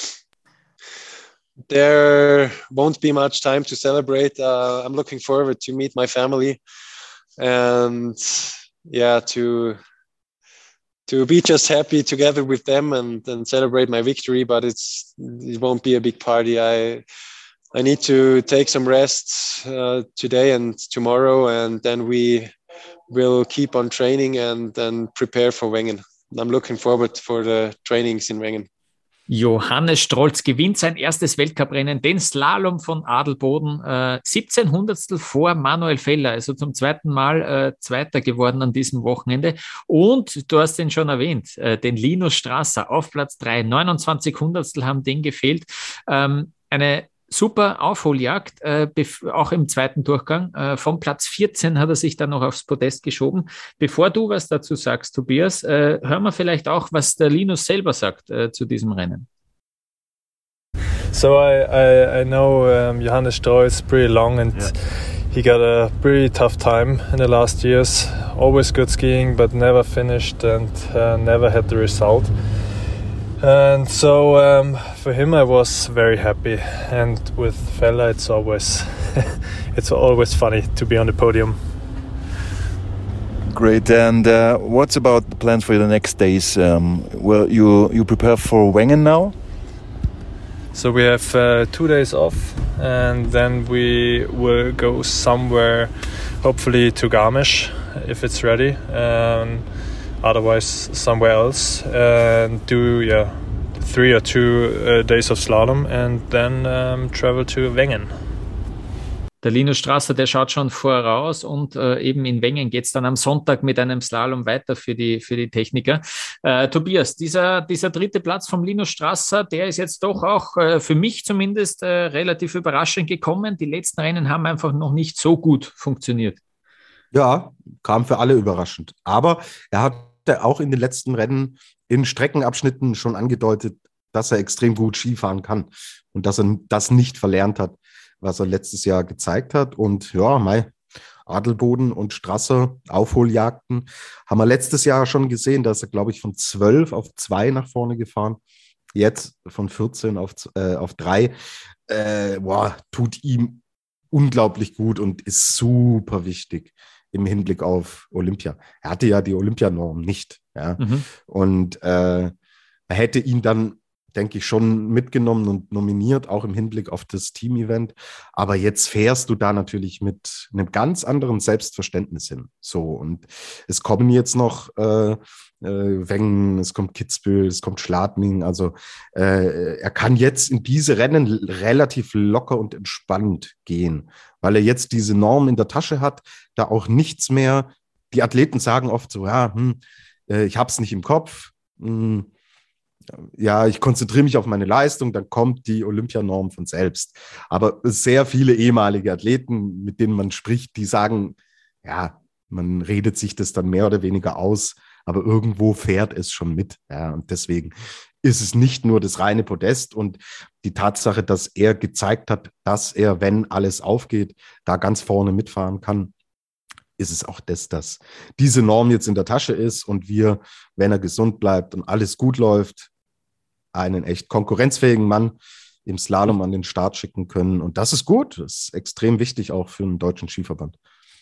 There won't be much time to celebrate. Uh, I'm looking forward to meet my family and yeah, to to be just happy together with them and, and celebrate my victory, but it's it won't be a big party. I I need to take some rest uh, today and tomorrow, and then we will keep on training and and prepare for Wengen. I'm looking forward for the trainings in Wengen. Johannes Strolz gewinnt sein erstes Weltcuprennen, den Slalom von Adelboden, äh, siebzehn Hundertstel vor Manuel Feller, also zum zweiten Mal äh, Zweiter geworden an diesem Wochenende. Und du hast den schon erwähnt, äh, den Linus Strasser auf Platz drei, neunundzwanzig Hundertstel haben den gefehlt. Ähm, eine super Aufholjagd, äh, auch im zweiten Durchgang. Äh, vom Platz vierzehn hat er sich dann noch aufs Podest geschoben. Bevor du was dazu sagst, Tobias, äh, hören wir vielleicht auch, was der Linus selber sagt äh, zu diesem Rennen. So I, I, I know um, Johannes Strolz pretty long, and yeah. He got a pretty tough time in the last years. Always good skiing, but never finished and uh, never had the result. And so um, for him, I was very happy, and with Feller, it's always it's always funny to be on the podium. Great. And uh, what's about the plans for the next days? Um, well, you you prepare for Wengen now? So we have uh, two days off, and then we will go somewhere, hopefully to Garmisch, if it's ready. Um, otherwise somewhere else, and do yeah three or two uh, days of slalom, and then um, travel to Wengen. Der Linus Strasser, der schaut schon voraus und äh, eben in Wengen geht es dann am Sonntag mit einem Slalom weiter für die, für die Techniker. Äh, Tobias, dieser, dieser dritte Platz vom Linus Strasser, der ist jetzt doch auch äh, für mich zumindest äh, relativ überraschend gekommen. Die letzten Rennen haben einfach noch nicht so gut funktioniert. Ja, kam für alle überraschend. Aber er hat auch in den letzten Rennen in Streckenabschnitten schon angedeutet, dass er extrem gut Skifahren kann und dass er das nicht verlernt hat, was er letztes Jahr gezeigt hat. Und ja, Mai, Adelboden und Strasser, Aufholjagden, haben wir letztes Jahr schon gesehen, dass er, glaube ich, von zwölf auf zwei nach vorne gefahren, jetzt von vierzehn auf, äh, auf drei. Äh, boah, tut ihm unglaublich gut und ist super wichtig im Hinblick auf Olympia. Er hatte ja die Olympianorm nicht. Ja? Mhm. Und äh, man hätte ihn dann denke ich, schon mitgenommen und nominiert, auch im Hinblick auf das Team-Event. Aber jetzt fährst du da natürlich mit einem ganz anderen Selbstverständnis hin. So, und es kommen jetzt noch äh, äh, Wengen, es kommt Kitzbühel, es kommt Schladming. Also äh, er kann jetzt in diese Rennen relativ locker und entspannt gehen, weil er jetzt diese Norm in der Tasche hat, da auch nichts mehr. Die Athleten sagen oft so, ja, hm, äh, ich habe es nicht im Kopf, hm, ja, ich konzentriere mich auf meine Leistung, dann kommt die Olympianorm von selbst. Aber sehr viele ehemalige Athleten, mit denen man spricht, die sagen, ja, man redet sich das dann mehr oder weniger aus, aber irgendwo fährt es schon mit. Ja, und deswegen ist es nicht nur das reine Podest und die Tatsache, dass er gezeigt hat, dass er, wenn alles aufgeht, da ganz vorne mitfahren kann, ist es auch das, dass diese Norm jetzt in der Tasche ist und wir, wenn er gesund bleibt und alles gut läuft, einen echt konkurrenzfähigen Mann im Slalom an den Start schicken können. Und das ist gut. Das ist extrem wichtig auch für den deutschen Skiverband.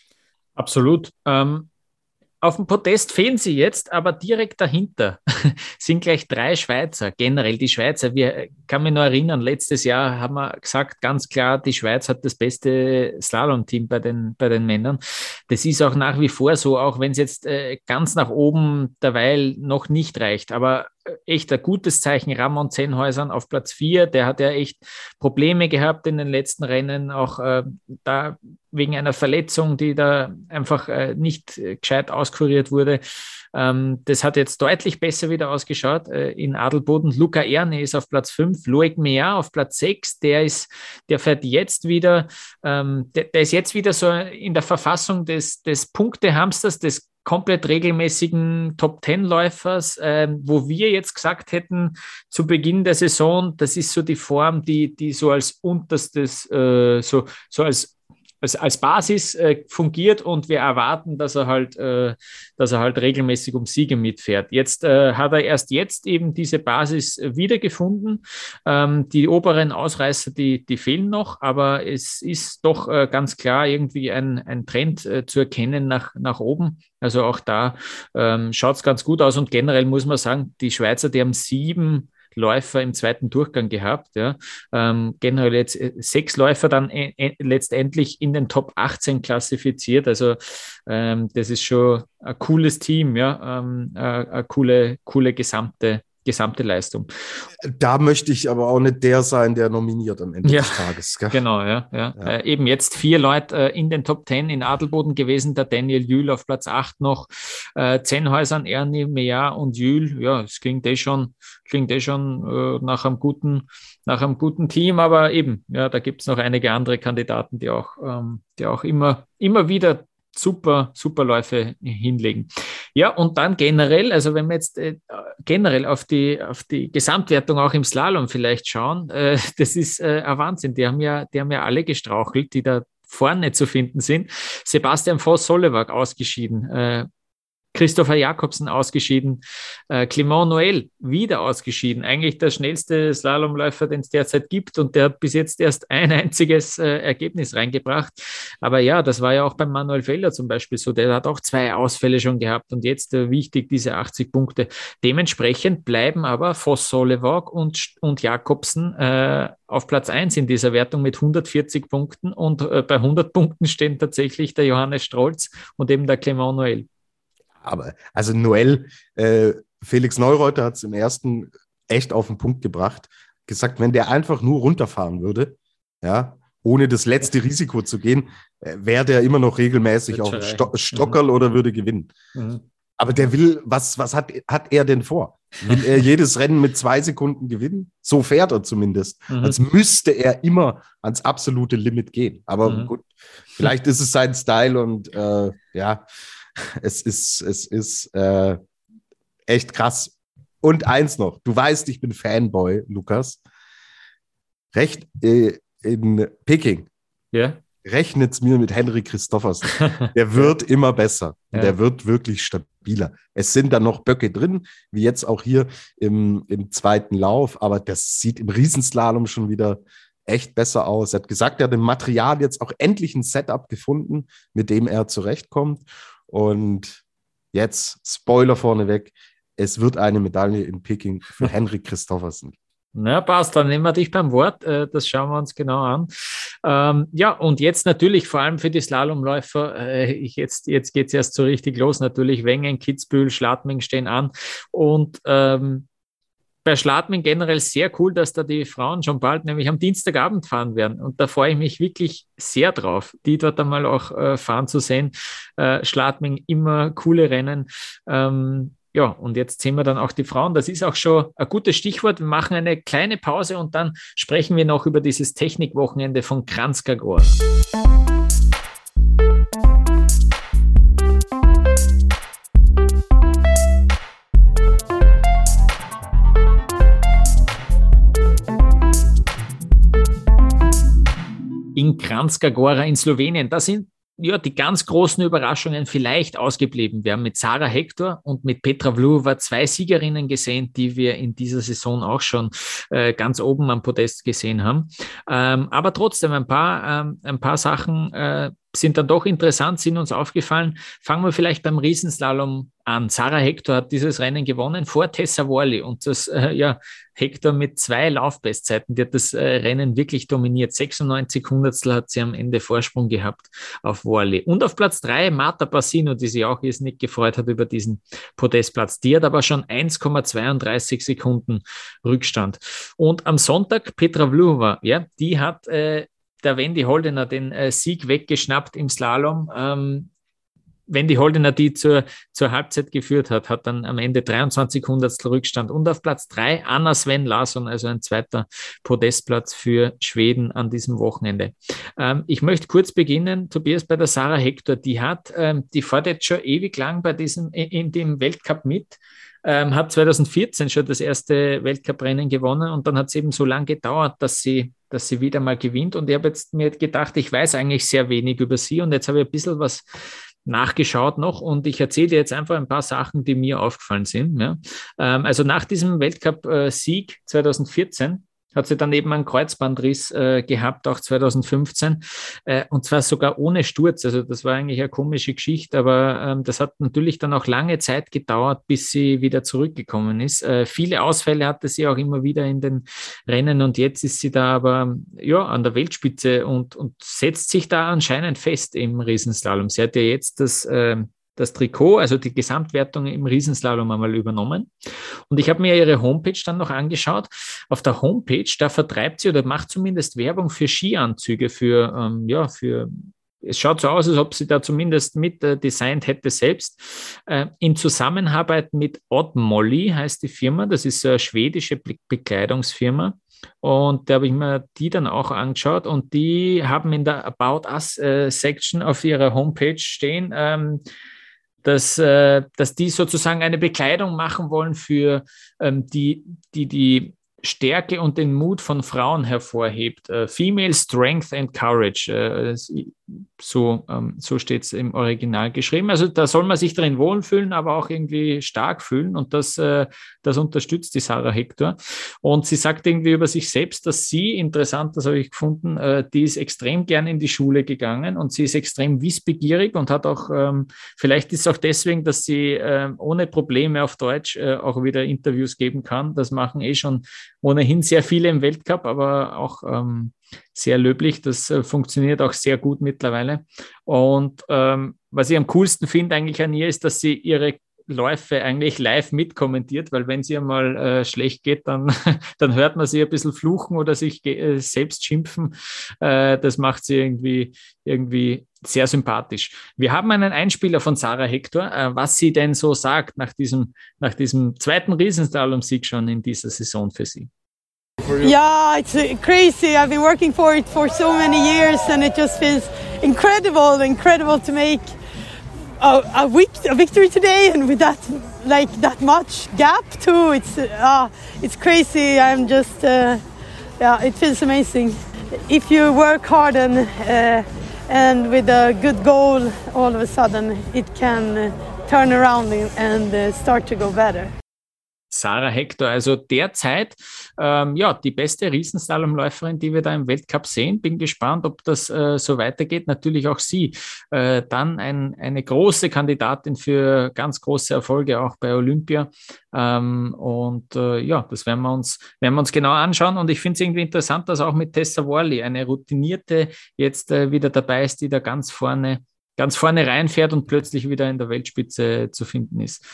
Absolut. Ähm, auf dem Podest fehlen sie jetzt, aber direkt dahinter sind gleich drei Schweizer. Generell die Schweizer. Wir kann mich noch erinnern, letztes Jahr haben wir gesagt, ganz klar, die Schweiz hat das beste Slalom-Team bei den, bei den Männern. Das ist auch nach wie vor so, auch wenn es jetzt äh, ganz nach oben derweil noch nicht reicht. Aber echt ein gutes Zeichen. Ramon Zenhäusern auf Platz vier, der hat ja echt Probleme gehabt in den letzten Rennen, auch äh, da wegen einer Verletzung, die da einfach äh, nicht äh, gescheit auskuriert wurde. Ähm, das hat jetzt deutlich besser wieder ausgeschaut äh, in Adelboden. Luca Erne ist auf Platz fünf, Loic Meillard auf Platz sechs, der ist, der fährt jetzt wieder, ähm, der, der ist jetzt wieder so in der Verfassung des, des Punktehamsters, des komplett regelmäßigen Top-Ten-Läufers, äh, wo wir jetzt gesagt hätten, zu Beginn der Saison, das ist so die Form, die, die so als unterstes, äh, so, so als Als, als Basis äh, fungiert und wir erwarten, dass er halt, äh, dass er halt regelmäßig um Siege mitfährt. Jetzt äh, hat er erst jetzt eben diese Basis wiedergefunden. Ähm, die oberen Ausreißer, die, die fehlen noch, aber es ist doch äh, ganz klar irgendwie ein, ein Trend äh, zu erkennen nach, nach oben. Also auch da ähm, schaut es ganz gut aus und generell muss man sagen, die Schweizer, die haben sieben Läufer im zweiten Durchgang gehabt. Ja. Ähm, generell jetzt äh, sechs Läufer dann äh, äh, letztendlich in den Top achtzehn klassifiziert. Also ähm, das ist schon ein cooles Team, ja, ähm, äh, eine coole, coole gesamte, gesamte Leistung. Da möchte ich aber auch nicht der sein, der nominiert am Ende ja, des Tages. Gell? Genau, ja. ja. ja. Äh, eben jetzt vier Leute äh, in den Top zehn in Adelboden gewesen, der Daniel Jühl auf Platz acht noch, äh, Zenhäusern, Ernie, Meillard und Jühl. Ja, es klingt eh schon, klingt eh schon äh, nach einem guten, nach einem guten Team, aber eben, ja, da gibt es noch einige andere Kandidaten, die auch, ähm, die auch immer, immer wieder super, super Läufe hinlegen. Ja, und dann generell, also wenn wir jetzt äh, generell auf die, auf die Gesamtwertung auch im Slalom vielleicht schauen, äh, das ist äh, ein Wahnsinn. Die haben ja, die haben ja alle gestrauchelt, die da vorne zu finden sind. Sebastian Voss-Solewag ausgeschieden, äh, Christopher Jakobsen ausgeschieden, äh, Clément Noël wieder ausgeschieden. Eigentlich der schnellste Slalomläufer, den es derzeit gibt und der hat bis jetzt erst ein einziges äh, Ergebnis reingebracht. Aber ja, das war ja auch beim Manuel Felder zum Beispiel so. Der hat auch zwei Ausfälle schon gehabt und jetzt äh, wichtig diese achtzig Punkte. Dementsprechend bleiben aber Voss-Solewag und, und Jakobsen äh, auf Platz eins in dieser Wertung mit hundertvierzig Punkten und äh, bei hundert Punkten stehen tatsächlich der Johannes Strolz und eben der Clément Noël. Aber also Noël, äh, Felix Neureuter hat es im ersten echt auf den Punkt gebracht, gesagt, wenn der einfach nur runterfahren würde, ja, ohne das letzte Risiko zu gehen, äh, wäre der immer noch regelmäßig auf Sto- Stockerl mhm. oder würde gewinnen. Mhm. Aber der will, was, was hat, hat er denn vor? Will er jedes Rennen mit zwei Sekunden gewinnen? So fährt er zumindest. Mhm. Als müsste er immer ans absolute Limit gehen. Aber mhm. gut, vielleicht ist es sein Style und äh, ja, Es ist, es ist äh, echt krass. Und eins noch, du weißt, ich bin Fanboy, Lukas. Recht äh, in Peking. Ja. Rechnet's mir mit Henry Christophersen. Der wird ja. immer besser. Und ja. der wird wirklich stabiler. Es sind da noch Böcke drin, wie jetzt auch hier im, im zweiten Lauf. Aber das sieht im Riesenslalom schon wieder echt besser aus. Er hat gesagt, er hat im Material jetzt auch endlich ein Setup gefunden, mit dem er zurechtkommt. Und jetzt, Spoiler vorneweg, es wird eine Medaille in Peking für Henry Christophersen. Na, passt, dann nehmen wir dich beim Wort. Das schauen wir uns genau an. Ähm, ja, und jetzt natürlich vor allem für die Slalomläufer, äh, ich jetzt, jetzt geht es erst so richtig los. Natürlich Wengen, Kitzbühel, Schladming stehen an. Und ähm, bei Schladming generell sehr cool, dass da die Frauen schon bald, nämlich am Dienstagabend fahren werden. Und da freue ich mich wirklich sehr drauf, die dort einmal auch äh, fahren zu sehen. Äh, Schladming, immer coole Rennen. Ähm, Ja, und jetzt sehen wir dann auch die Frauen. Das ist auch schon ein gutes Stichwort. Wir machen eine kleine Pause und dann sprechen wir noch über dieses Technikwochenende von Kranjska Gora. In Kranjska Gora in Slowenien, da sind ja, die ganz großen Überraschungen vielleicht ausgeblieben. Wir haben mit Sarah Hector und mit Petra Vlhova zwei Siegerinnen gesehen, die wir in dieser Saison auch schon äh, ganz oben am Podest gesehen haben. Ähm, aber trotzdem ein paar, ähm, ein paar Sachen äh, sind dann doch interessant, sind uns aufgefallen. Fangen wir vielleicht beim Riesenslalom an. Sarah Hector hat dieses Rennen gewonnen vor Tessa Worley und das, äh, ja, Hector mit zwei Laufbestzeiten, die hat das äh, Rennen wirklich dominiert. sechsundneunzig Hundertstel hat sie am Ende Vorsprung gehabt auf Worley. Und auf Platz drei Marta Bassino, die sich auch irrsinnig gefreut hat über diesen Podestplatz. Die hat aber schon eins Komma zweiunddreißig Sekunden Rückstand. Und am Sonntag Petra Vlhova, ja, die hat äh, der Wendy Holdener den äh, Sieg weggeschnappt im Slalom. Ähm, Wendy Holdener, die zur, zur Halbzeit geführt hat, hat dann am Ende dreiundzwanzig Hundertstel Rückstand. Und auf Platz drei Anna Sven Larsson, also ein zweiter Podestplatz für Schweden an diesem Wochenende. Ähm, ich möchte kurz beginnen, Tobias, bei der Sarah Hector. Die hat, ähm, die fährt jetzt schon ewig lang bei diesem, in, in dem Weltcup mit. Ähm, hat zweitausendvierzehn schon das erste Weltcuprennen gewonnen und dann hat es eben so lange gedauert, dass sie, dass sie wieder mal gewinnt. Und ich habe jetzt mir gedacht, ich weiß eigentlich sehr wenig über sie und jetzt habe ich ein bisschen was nachgeschaut noch und ich erzähle dir jetzt einfach ein paar Sachen, die mir aufgefallen sind. Ja. Ähm, also nach diesem Weltcup-Sieg zweitausendvierzehn hat sie dann eben einen Kreuzbandriss äh, gehabt, auch zweitausendfünfzehn, äh, und zwar sogar ohne Sturz. Also das war eigentlich eine komische Geschichte, aber ähm, das hat natürlich dann auch lange Zeit gedauert, bis sie wieder zurückgekommen ist. Äh, viele Ausfälle hatte sie auch immer wieder in den Rennen und jetzt ist sie da aber ja an der Weltspitze und, und setzt sich da anscheinend fest im Riesenslalom. Sie hat ja jetzt das äh, das Trikot, also die Gesamtwertung im Riesenslalom einmal übernommen. Und ich habe mir ihre Homepage dann noch angeschaut. Auf der Homepage, da vertreibt sie oder macht zumindest Werbung für Skianzüge, für, ähm, ja, für, es schaut so aus, als ob sie da zumindest mit äh, designt hätte selbst. Äh, in Zusammenarbeit mit Odd Molly heißt die Firma, das ist eine schwedische Be- Bekleidungsfirma. Und da habe ich mir die dann auch angeschaut und die haben in der About Us äh, Section auf ihrer Homepage stehen, ähm, dass, äh, dass die sozusagen eine Bekleidung machen wollen für ähm, die, die die Stärke und den Mut von Frauen hervorhebt. Äh, Female Strength and Courage, äh, so, ähm, so steht es im Original geschrieben. Also da soll man sich drin wohlfühlen, aber auch irgendwie stark fühlen und das, äh, das unterstützt die Sarah Hector. Und sie sagt irgendwie über sich selbst, dass sie, interessant, das habe ich gefunden, äh, die ist extrem gern in die Schule gegangen und sie ist extrem wissbegierig und hat auch, ähm, vielleicht ist es auch deswegen, dass sie äh, ohne Probleme auf Deutsch äh, auch wieder Interviews geben kann. Das machen eh schon ohnehin sehr viele im Weltcup, aber auch ähm, sehr löblich. Das äh, funktioniert auch sehr gut mittlerweile. Und ähm, was ich am coolsten finde eigentlich an ihr, ist, dass sie ihre Läufe eigentlich live mitkommentiert, weil wenn sie einmal äh, schlecht geht, dann, dann hört man sie ein bisschen fluchen oder sich äh, selbst schimpfen. Äh, das macht sie irgendwie, irgendwie sehr sympathisch. Wir haben einen Einspieler von Sarah Hector, äh, was sie denn so sagt nach diesem, nach diesem zweiten Riesenslalom-Sieg schon in dieser Saison für sie. Yeah, it's crazy. I've been working for it for so many years and it just feels incredible, incredible to make a, a, vic- a victory today and with that like that much gap too. It's uh, it's crazy. I'm just uh, yeah, it feels amazing. If you work hard and uh, and with a good goal, all of a sudden it can uh, turn around and uh, start to go better. Sarah Hector, also derzeit ähm, ja, die beste Riesenslalomläuferin, die wir da im Weltcup sehen. Bin gespannt, ob das äh, so weitergeht. Natürlich auch sie. Äh, dann ein, eine große Kandidatin für ganz große Erfolge auch bei Olympia. Ähm, und äh, ja, das werden wir uns, werden wir uns genau anschauen. Und ich finde es irgendwie interessant, dass auch mit Tessa Worley eine routinierte jetzt äh, wieder dabei ist, die da ganz vorne ganz vorne reinfährt und plötzlich wieder in der Weltspitze zu finden ist.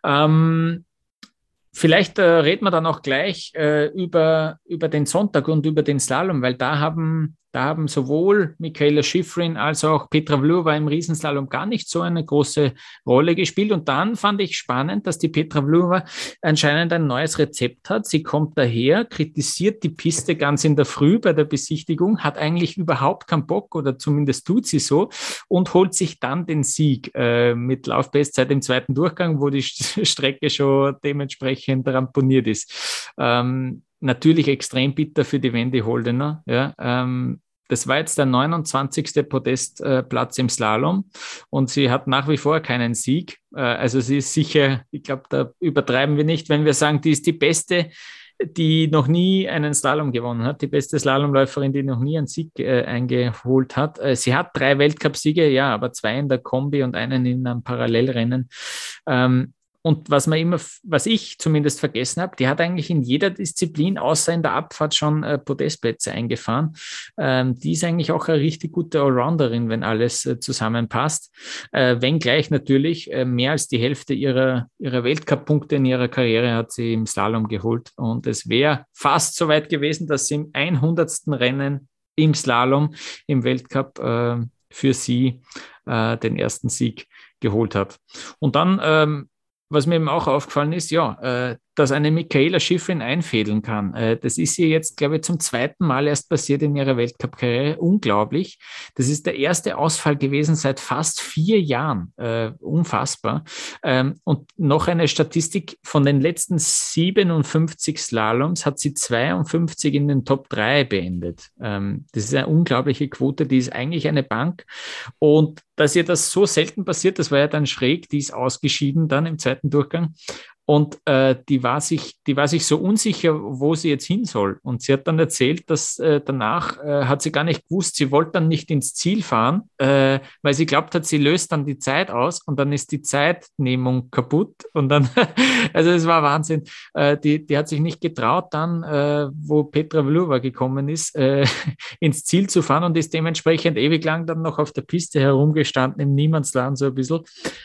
Ähm, Vielleicht äh, reden wir dann auch gleich äh, über, über den Sonntag und über den Slalom, weil da haben, da haben sowohl Mikaela Shiffrin als auch Petra Vlhova im Riesenslalom gar nicht so eine große Rolle gespielt. Und dann fand ich spannend, dass die Petra Vlhova anscheinend ein neues Rezept hat. Sie kommt daher, kritisiert die Piste ganz in der Früh bei der Besichtigung, hat eigentlich überhaupt keinen Bock oder zumindest tut sie so und holt sich dann den Sieg äh, mit Laufbestzeit im zweiten Durchgang, wo die Strecke schon dementsprechend ramponiert ist. Ähm, natürlich extrem bitter für die Wendy Holdener. Ja, ähm, das war jetzt der neunundzwanzigste Podestplatz äh, im Slalom und sie hat nach wie vor keinen Sieg. Äh, also sie ist sicher, ich glaube, da übertreiben wir nicht, wenn wir sagen, die ist die beste, die noch nie einen Slalom gewonnen hat, die beste Slalomläuferin, die noch nie einen Sieg äh, eingeholt hat. Äh, sie hat drei Weltcupsiege, ja, aber zwei in der Kombi und einen in einem Parallelrennen. Ähm, Und was man immer, was ich zumindest vergessen habe, die hat eigentlich in jeder Disziplin, außer in der Abfahrt, schon äh, Podestplätze eingefahren. Ähm, die ist eigentlich auch eine richtig gute Allrounderin, wenn alles äh, zusammenpasst. Äh, wenngleich natürlich äh, mehr als die Hälfte ihrer, ihrer Weltcup-Punkte in ihrer Karriere hat sie im Slalom geholt. Und es wäre fast so weit gewesen, dass sie im hundertsten Rennen im Slalom im Weltcup äh, für sie äh, den ersten Sieg geholt hat. Und dann ähm, was mir eben auch aufgefallen ist, ja, äh, dass eine Mikaela Shiffrin einfädeln kann. Äh, das ist ihr jetzt, glaube ich, zum zweiten Mal erst passiert in ihrer Weltcup-Karriere. Unglaublich. Das ist der erste Ausfall gewesen seit fast vier Jahren. Äh, unfassbar. Ähm, und noch eine Statistik: Von den letzten siebenundfünfzig Slaloms hat sie zweiundfünfzig in den Top drei beendet. Ähm, das ist eine unglaubliche Quote. Die ist eigentlich eine Bank. Und dass ihr das so selten passiert, das war ja dann schräg, die ist ausgeschieden dann im zweiten Durchgang. Und äh, die war sich, die war sich so unsicher, wo sie jetzt hin soll. Und sie hat dann erzählt, dass äh, danach äh, hat sie gar nicht gewusst, sie wollte dann nicht ins Ziel fahren, äh, weil sie glaubt hat, sie löst dann die Zeit aus und dann ist die Zeitnehmung kaputt. Und dann, also es war Wahnsinn. Äh, die, die hat sich nicht getraut, dann, äh, wo Petra Vlhova gekommen ist, äh, ins Ziel zu fahren und ist dementsprechend ewig lang dann noch auf der Piste herumgestanden, im Niemandsland so ein bisschen,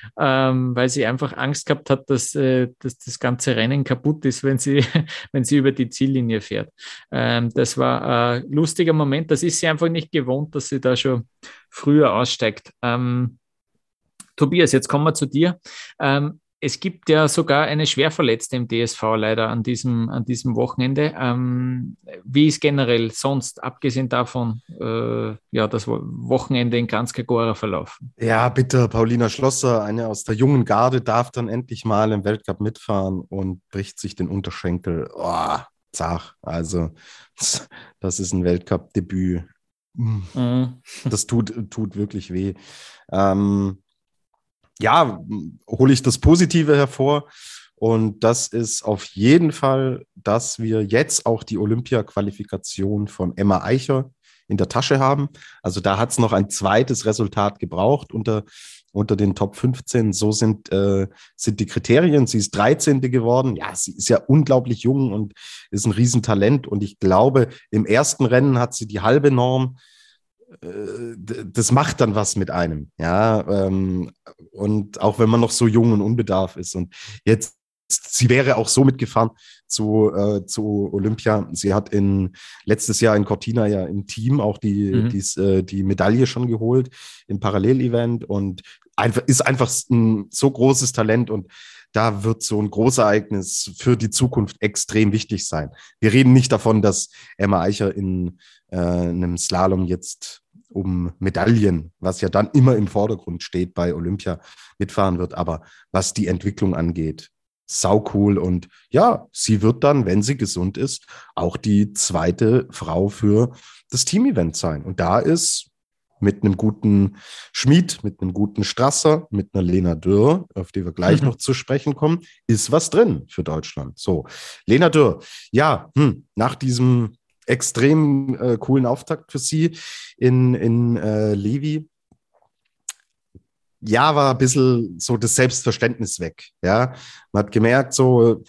ähm, weil sie einfach Angst gehabt hat, dass, äh, dass das ganze Rennen kaputt ist, wenn sie, wenn sie über die Ziellinie fährt. Ähm, das war ein lustiger Moment. Das ist sie einfach nicht gewohnt, dass sie da schon früher aussteigt. Ähm, Tobias, jetzt kommen wir zu dir. Ähm, es gibt ja sogar eine Schwerverletzte im D S V leider an diesem, an diesem Wochenende. Ähm, wie ist generell sonst, abgesehen davon, äh, ja, das Wochenende in Kranjska verlaufen? Ja, bitte, Paulina Schlosser, eine aus der jungen Garde, darf dann endlich mal im Weltcup mitfahren und bricht sich den Unterschenkel. Oh, zach. Also, das ist ein Weltcup-Debüt. Mhm. Das tut, tut wirklich weh. Ähm, Ja, hole ich das Positive hervor und das ist auf jeden Fall, dass wir jetzt auch die Olympia-Qualifikation von Emma Eicher in der Tasche haben. Also da hat es noch ein zweites Resultat gebraucht unter, unter den Top fünfzehn. So sind, äh, sind die Kriterien. Sie ist dreizehnte geworden. Ja, sie ist ja unglaublich jung und ist ein Riesentalent und ich glaube, im ersten Rennen hat sie die halbe Norm. Das macht dann was mit einem, ja, und auch wenn man noch so jung und unbedarft ist und jetzt, sie wäre auch so mitgefahren zu, äh, zu Olympia, sie hat in letztes Jahr in Cortina ja im Team auch die, mhm. die, äh, die Medaille schon geholt im Parallelevent und einfach, ist einfach ein so großes Talent und da wird so ein Großereignis für die Zukunft extrem wichtig sein. Wir reden nicht davon, dass Emma Eicher in äh, einem Slalom jetzt um Medaillen, was ja dann immer im Vordergrund steht bei Olympia, mitfahren wird. Aber was die Entwicklung angeht, sau cool. Und ja, sie wird dann, wenn sie gesund ist, auch die zweite Frau für das Team-Event sein. Und da ist mit einem guten Schmid, mit einem guten Strasser, mit einer Lena Dürr, auf die wir gleich mhm. noch zu sprechen kommen, ist was drin für Deutschland. So, Lena Dürr, ja, hm, nach diesem extrem äh, coolen Auftakt für sie in, in äh, Levi, ja, war ein bisschen so das Selbstverständnis weg. Ja, man hat gemerkt, so,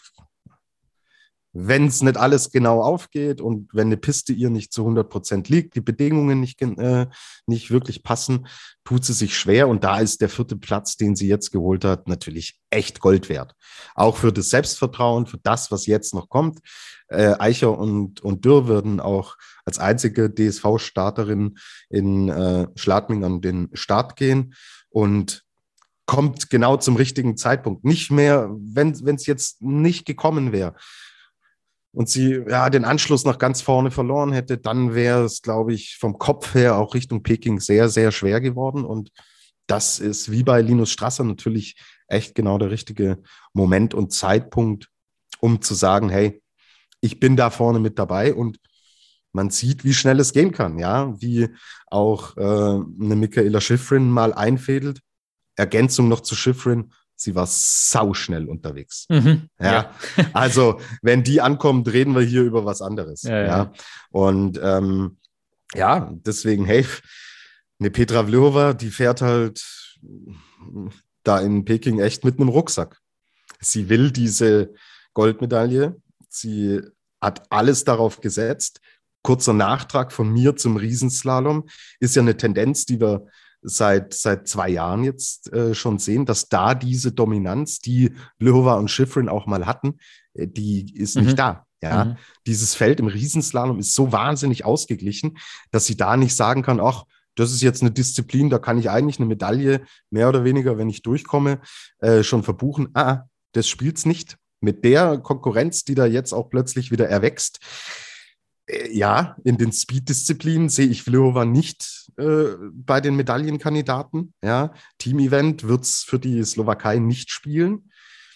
wenn es nicht alles genau aufgeht und wenn eine Piste ihr nicht zu hundert Prozent liegt, die Bedingungen nicht, äh, nicht wirklich passen, tut sie sich schwer. Und da ist der vierte Platz, den sie jetzt geholt hat, natürlich echt Gold wert. Auch für das Selbstvertrauen, für das, was jetzt noch kommt. Äh, Eicher und, und Dürr würden auch als einzige D S V-Starterin in äh, Schladming an den Start gehen und kommt genau zum richtigen Zeitpunkt. Nicht mehr, wenn es jetzt nicht gekommen wäre und sie ja den Anschluss nach ganz vorne verloren hätte, dann wäre es, glaube ich, vom Kopf her auch Richtung Peking sehr, sehr schwer geworden. Und das ist wie bei Linus Strasser natürlich echt genau der richtige Moment und Zeitpunkt, um zu sagen, hey, ich bin da vorne mit dabei. Und man sieht, wie schnell es gehen kann, ja, wie auch äh, eine Michaela Shiffrin mal einfädelt. Ergänzung noch zu Shiffrin, sie war sauschnell unterwegs. Mhm, ja, ja. Also, wenn die ankommt, reden wir hier über was anderes. Ja, ja. ja. Und ähm, ja, deswegen, hey, eine Petra Vlhova, die fährt halt da in Peking echt mit einem Rucksack. Sie will diese Goldmedaille. Sie hat alles darauf gesetzt. Kurzer Nachtrag von mir zum Riesenslalom. Ist ja eine Tendenz, die wir seit seit zwei Jahren jetzt äh, schon sehen, dass da diese Dominanz, die Vlhova und Shiffrin auch mal hatten, äh, die ist mhm. nicht da. Ja, mhm. Dieses Feld im Riesenslalom ist so wahnsinnig ausgeglichen, dass sie da nicht sagen kann, ach, das ist jetzt eine Disziplin, da kann ich eigentlich eine Medaille mehr oder weniger, wenn ich durchkomme, äh, schon verbuchen. Ah, das spielt's nicht. Mit der Konkurrenz, die da jetzt auch plötzlich wieder erwächst, ja, in den Speed-Disziplinen sehe ich Vlhova nicht äh, bei den Medaillenkandidaten. Ja, Team-Event wird es für die Slowakei nicht spielen.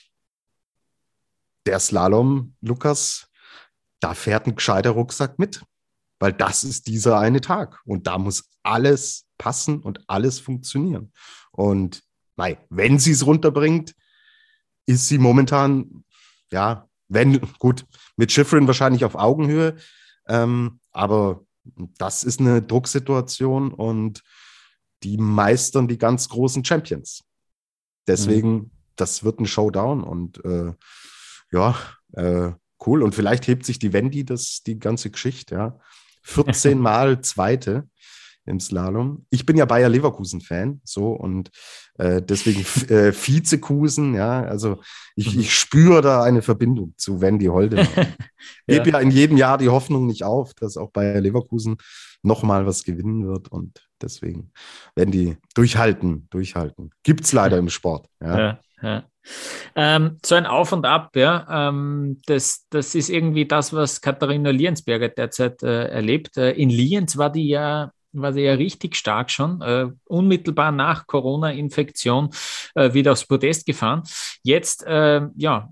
Der Slalom, Lukas, da fährt ein gescheiter Rucksack mit, weil das ist dieser eine Tag und da muss alles passen und alles funktionieren. Und nein, wenn sie es runterbringt, ist sie momentan, ja, wenn, gut, mit Shiffrin wahrscheinlich auf Augenhöhe, Ähm, aber das ist eine Drucksituation und die meistern die ganz großen Champions. Deswegen, mhm. das wird ein Showdown und äh, ja, äh, cool. Und vielleicht hebt sich die Wendy das, die ganze Geschichte, ja. vierzehn Mal Zweite im Slalom. Ich bin ja Bayer Leverkusen-Fan, so und äh, deswegen äh, Vizekusen, ja, also ich, ich spüre da eine Verbindung zu Wendy Holdener. Ich gebe ja. ja in jedem Jahr die Hoffnung nicht auf, dass auch Bayer Leverkusen nochmal was gewinnen wird und deswegen werden die durchhalten, durchhalten. Gibt's leider im Sport. Ja. Ja, ja. Ähm, so ein Auf und Ab, ja, ähm, das, das ist irgendwie das, was Katharina Liensberger derzeit äh, erlebt. Äh, in Lienz war die ja war sie ja richtig stark schon, äh, unmittelbar nach Corona-Infektion äh, wieder aufs Podest gefahren. Jetzt, äh, ja,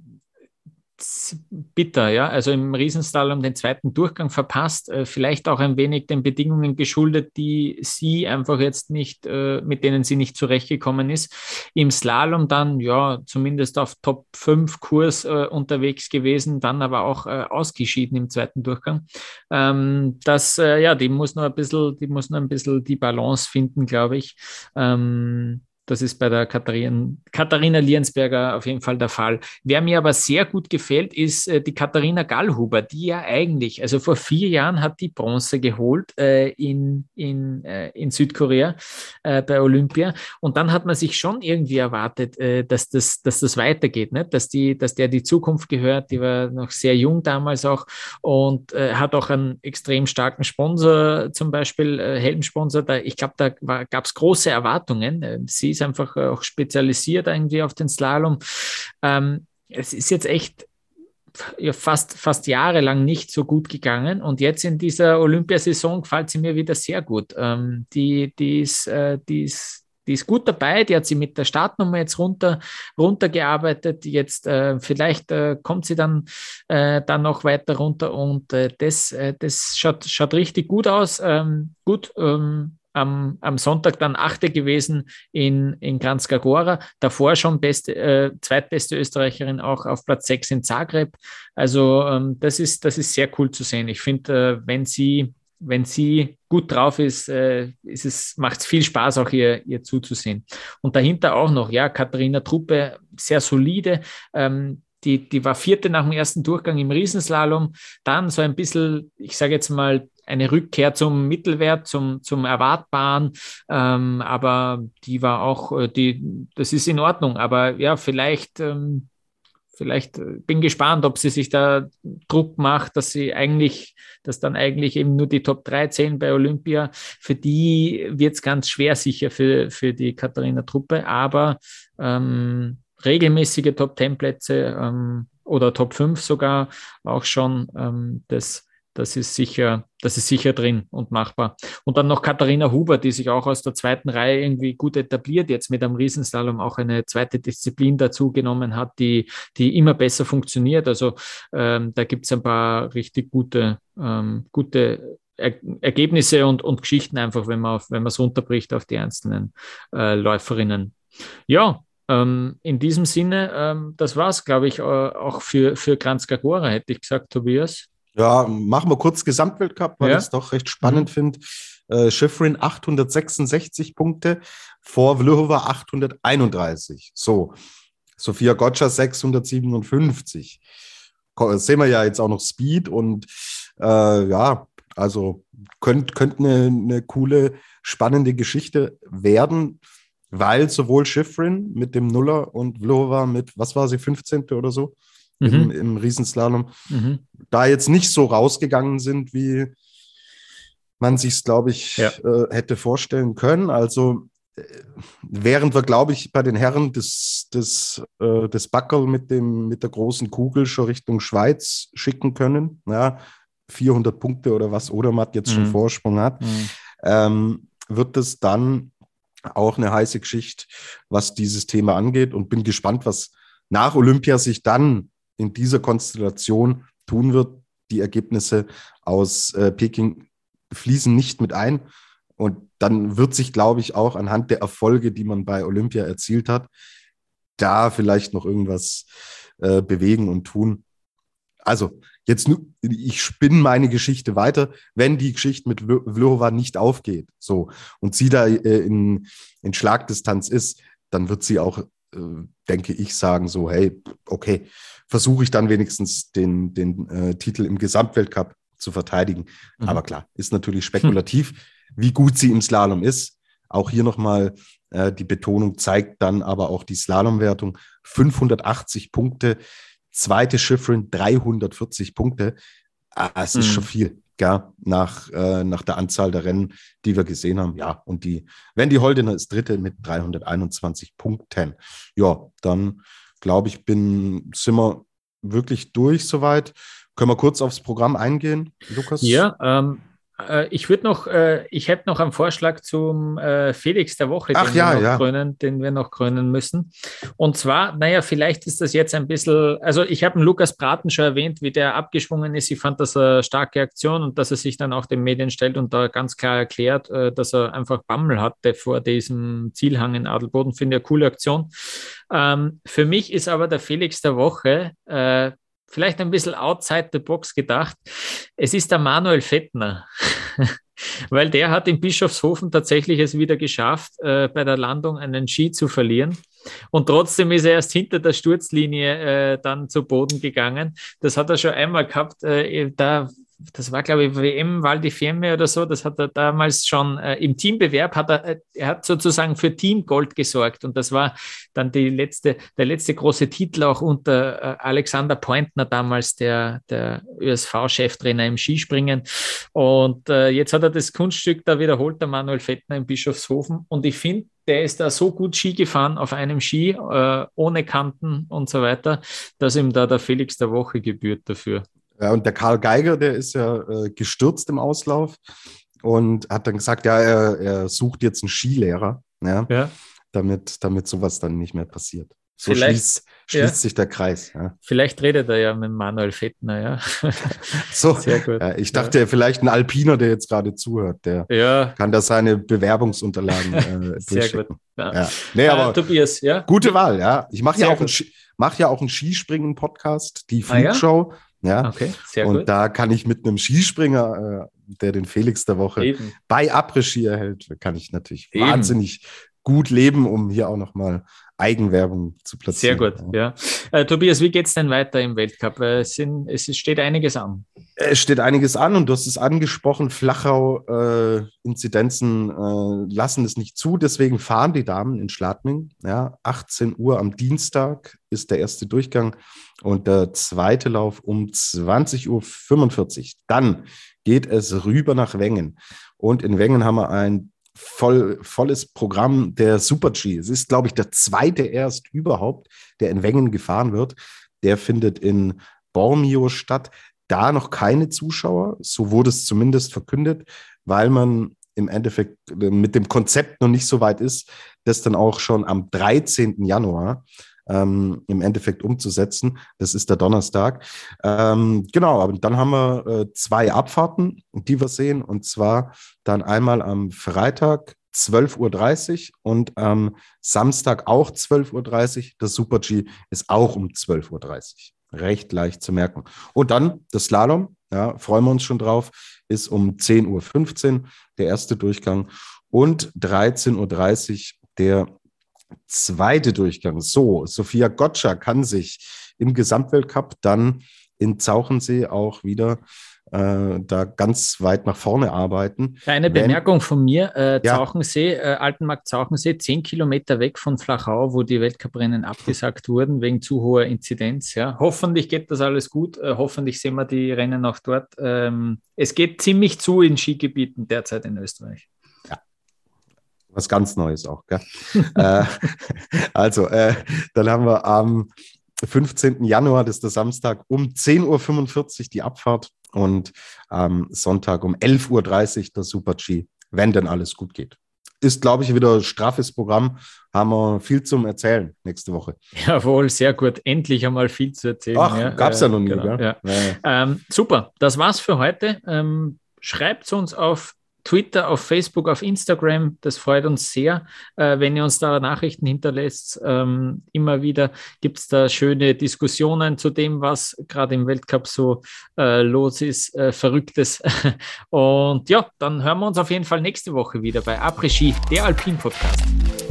bitter, ja, also im Riesenslalom den zweiten Durchgang verpasst, äh, vielleicht auch ein wenig den Bedingungen geschuldet, die sie einfach jetzt nicht, äh, mit denen sie nicht zurechtgekommen ist. Im Slalom dann, ja, zumindest auf Top fünf Kurs äh, unterwegs gewesen, dann aber auch äh, ausgeschieden im zweiten Durchgang. Ähm, das, äh, ja, die muss noch ein bisschen, die muss noch ein bisschen die Balance finden, glaube ich. Ähm, Das ist bei der Katharin, Katharina Liensberger auf jeden Fall der Fall. Wer mir aber sehr gut gefällt, ist äh, die Katharina Gallhuber, die ja eigentlich, also vor vier Jahren hat die Bronze geholt äh, in, in, äh, in Südkorea äh, bei Olympia. Und dann hat man sich schon irgendwie erwartet, äh, dass, das, dass das weitergeht, ne? dass, die, dass der die Zukunft gehört. Die war noch sehr jung damals auch und äh, hat auch einen extrem starken Sponsor, zum Beispiel äh, Helmsponsor. Da, ich glaube, da gab es große Erwartungen. Äh, sie ist einfach auch spezialisiert irgendwie auf den Slalom. Ähm, es ist jetzt echt ja, fast, fast jahrelang nicht so gut gegangen und jetzt in dieser Olympiasaison gefällt sie mir wieder sehr gut. Ähm, die, die, ist, äh, die, ist, die ist gut dabei, die hat sie mit der Startnummer jetzt runter, runtergearbeitet. Jetzt äh, vielleicht äh, kommt sie dann, äh, dann noch weiter runter und äh, das, äh, das schaut, schaut richtig gut aus. Ähm, gut, ähm, am, am Sonntag dann Achte gewesen in, in Kranjska Gora, davor schon beste, äh, zweitbeste Österreicherin auch auf Platz sechs in Zagreb. Also ähm, das ist, das ist sehr cool zu sehen. Ich finde, äh, wenn sie, wenn sie gut drauf ist, äh, ist es, macht es viel Spaß, auch ihr, ihr zuzusehen. Und dahinter auch noch, ja, Katharina Truppe, sehr solide, ähm, Die, die war vierte nach dem ersten Durchgang im Riesenslalom. Dann so ein bisschen, ich sage jetzt mal, eine Rückkehr zum Mittelwert, zum, zum Erwartbaren. Ähm, aber die war auch, die, das ist in Ordnung. Aber ja, vielleicht, ähm, vielleicht bin gespannt, ob sie sich da Druck macht, dass sie eigentlich, dass dann eigentlich eben nur die Top dreizehn bei Olympia. Für die wird es ganz schwer sicher für, für die Katharina Truppe. Aber ähm, regelmäßige Top-zehn-Plätze ähm, oder Top fünf sogar auch schon, ähm, das, das, ist sicher, das ist sicher drin und machbar. Und dann noch Katharina Huber, die sich auch aus der zweiten Reihe irgendwie gut etabliert, jetzt mit einem Riesenslalom auch eine zweite Disziplin dazu genommen hat, die, die immer besser funktioniert. Also ähm, da gibt es ein paar richtig gute, ähm, gute er- Ergebnisse und, und Geschichten einfach, wenn man auf, wenn man es runterbricht auf die einzelnen äh, Läuferinnen. Ja, Ähm, in diesem Sinne, ähm, das war es, glaube ich, äh, auch für, für Kranjska Gora, hätte ich gesagt, Tobias. Ja, machen wir kurz Gesamtweltcup, weil Ja. ich es doch recht spannend Mhm. finde. Äh, Shiffrin achthundertsechsundsechzig Punkte, vor Vlhova achthunderteinunddreißig. So, Sofia Gotcha sechshundertsiebenundfünfzig. Ko- Sehen wir ja jetzt auch noch Speed und äh, ja, also könnte könnt eine, eine coole, spannende Geschichte werden, weil sowohl Shiffrin mit dem Nuller und Vlhova mit, was war sie, fünfzehnte oder so im, Mhm. im Riesenslalom, Mhm. da jetzt nicht so rausgegangen sind, wie man sich es, glaube ich, Ja. äh, hätte vorstellen können. Also äh, während wir, glaube ich, bei den Herren das, das, äh, das Backerl mit, dem, mit der großen Kugel schon Richtung Schweiz schicken können, ja, vierhundert Punkte oder was Odermatt jetzt schon Mhm. Vorsprung hat, Mhm. ähm, wird es dann auch eine heiße Geschichte, was dieses Thema angeht, und bin gespannt, was nach Olympia sich dann in dieser Konstellation tun wird. Die Ergebnisse aus äh, Peking fließen nicht mit ein, und dann wird sich, glaube ich, auch anhand der Erfolge, die man bei Olympia erzielt hat, da vielleicht noch irgendwas äh, bewegen und tun. Also jetzt nur, ich spinne meine Geschichte weiter, wenn die Geschichte mit Vl- Vlhova nicht aufgeht, so, und sie da äh, in, in Schlagdistanz ist, dann wird sie auch, äh, denke ich, sagen so, hey, okay, versuche ich dann wenigstens den, den äh, Titel im Gesamtweltcup zu verteidigen. Mhm. Aber klar, ist natürlich spekulativ, wie gut sie im Slalom ist. Auch hier nochmal äh, die Betonung zeigt dann aber auch die Slalomwertung. fünfhundertachtzig Punkte, zweite Shiffrin dreihundertvierzig Punkte. Ah, es ist Mhm. schon viel, gell? Nach, äh, nach der Anzahl der Rennen, die wir gesehen haben. Ja, und die Wendy Holdener ist Dritte mit dreihunderteinundzwanzig Punkten. Ja, dann glaube ich, bin, sind wir wirklich durch soweit. Können wir kurz aufs Programm eingehen, Lukas? Ja, ähm, äh, ich würde noch, äh, ich hätte noch einen Vorschlag zum äh, Felix der Woche, Ach den, ja, wir noch ja. krönen, den wir noch krönen müssen. Und zwar, naja, vielleicht ist das jetzt ein bisschen, also ich habe den Lukas Braten schon erwähnt, wie der abgeschwungen ist. Ich fand das eine starke Aktion, und dass er sich dann auch den Medien stellt und da ganz klar erklärt, äh, dass er einfach Bammel hatte vor diesem Zielhang in Adelboden. Finde ich eine coole Aktion. Ähm, für mich ist aber der Felix der Woche äh, vielleicht ein bisschen outside the box gedacht. Es ist der Manuel Fettner, weil der hat in Bischofshofen tatsächlich es wieder geschafft, äh, bei der Landung einen Ski zu verlieren. Und trotzdem ist er erst hinter der Sturzlinie äh, dann zu Boden gegangen. Das hat er schon einmal gehabt. Äh, da Das war, glaube ich, W M Val di Fiemme oder so. Das hat er damals schon äh, im Teambewerb, hat er, äh, er hat sozusagen für Teamgold gesorgt. Und das war dann die letzte, der letzte große Titel auch unter äh, Alexander Pointner, damals der, der Ö S V-Cheftrainer im Skispringen. Und äh, jetzt hat er das Kunststück da wiederholt, der Manuel Fettner in Bischofshofen. Und ich finde, der ist da so gut Ski gefahren auf einem Ski, äh, ohne Kanten und so weiter, dass ihm da der Felix der Woche gebührt dafür. Ja, und der Karl Geiger, der ist ja äh, gestürzt im Auslauf und hat dann gesagt, ja, er, er sucht jetzt einen Skilehrer, ja, Ja. damit, damit sowas dann nicht mehr passiert. So Vielleicht, schließt, schließt ja. sich der Kreis. Ja. Vielleicht redet er ja mit Manuel Fettner, ja. So, sehr gut. Ja, ich dachte ja. vielleicht ein Alpiner, der jetzt gerade zuhört, der ja. kann da seine Bewerbungsunterlagen äh, sehr durchschicken. gut. Ja. Ja. Nee, aber äh, Tobias, ja. Gute Wahl, ja. Ich mache ja, auch gut. ein, mach ja auch einen Skispringen-Podcast, die Flugshow. Ah, ja? ja. Okay, sehr Und gut. da kann ich mit einem Skispringer, äh, der den Felix der Woche Eben. bei Après-Ski erhält, kann ich natürlich Eben. wahnsinnig gut leben, um hier auch nochmal Eigenwerbung zu platzieren. Sehr gut, ja. ja. Äh, Tobias, wie geht es denn weiter im Weltcup? Es, sind, es steht einiges an. Es steht einiges an und du hast es angesprochen, Flachau-Inzidenzen äh, äh, lassen es nicht zu, deswegen fahren die Damen in Schladming. Ja, achtzehn Uhr am Dienstag ist der erste Durchgang und der zweite Lauf um zwanzig Uhr fünfundvierzig. Dann geht es rüber nach Wengen und in Wengen haben wir ein Voll, volles Programm der Super-G. Es ist, glaube ich, der zweite erst überhaupt, der in Wengen gefahren wird. Der findet in Bormio statt. Da noch keine Zuschauer, so wurde es zumindest verkündet, weil man im Endeffekt mit dem Konzept noch nicht so weit ist, das dann auch schon am dreizehnten Januar ähm, im Endeffekt umzusetzen. Das ist der Donnerstag. Ähm, genau, aber dann haben wir äh, zwei Abfahrten, die wir sehen, und zwar dann einmal am Freitag zwölf Uhr dreißig und am Samstag auch zwölf Uhr dreißig. Das Super-G ist auch um zwölf Uhr dreißig. Recht leicht zu merken. Und dann das Slalom, ja, freuen wir uns schon drauf, ist um zehn Uhr fünfzehn der erste Durchgang und dreizehn Uhr dreißig der zweite Durchgang. So, Sophia Gotcha kann sich im Gesamtweltcup dann in Zauchensee auch wieder äh, da ganz weit nach vorne arbeiten. Eine Wenn, Bemerkung von mir, äh, ja. Zauchensee, äh, Altenmarkt Zauchensee, zehn Kilometer weg von Flachau, wo die Weltcuprennen abgesagt wurden, wegen zu hoher Inzidenz. Ja. Hoffentlich geht das alles gut, äh, hoffentlich sehen wir die Rennen auch dort. Ähm, es geht ziemlich zu in Skigebieten derzeit in Österreich. Was ganz Neues auch, gell? äh, also, äh, dann haben wir am fünfzehnten Januar, das ist der Samstag, um zehn Uhr fünfundvierzig die Abfahrt und am Sonntag um elf Uhr dreißig der Super-G, wenn denn alles gut geht. Ist, glaube ich, wieder ein straffes Programm. Haben wir viel zum Erzählen nächste Woche. Jawohl, sehr gut. Endlich einmal viel zu erzählen. Ach, ja, gab es äh, ja noch nie, genau, gell? Ja. Ja, ja. Ähm, super, das war's für heute. Ähm, schreibt uns auf Twitter, auf Facebook, auf Instagram. Das freut uns sehr, äh, wenn ihr uns da Nachrichten hinterlässt. Ähm, immer wieder gibt es da schöne Diskussionen zu dem, was gerade im Weltcup so äh, los ist, äh, Verrücktes. Und ja, dann hören wir uns auf jeden Fall nächste Woche wieder bei Après-Ski, der Alpin-Podcast.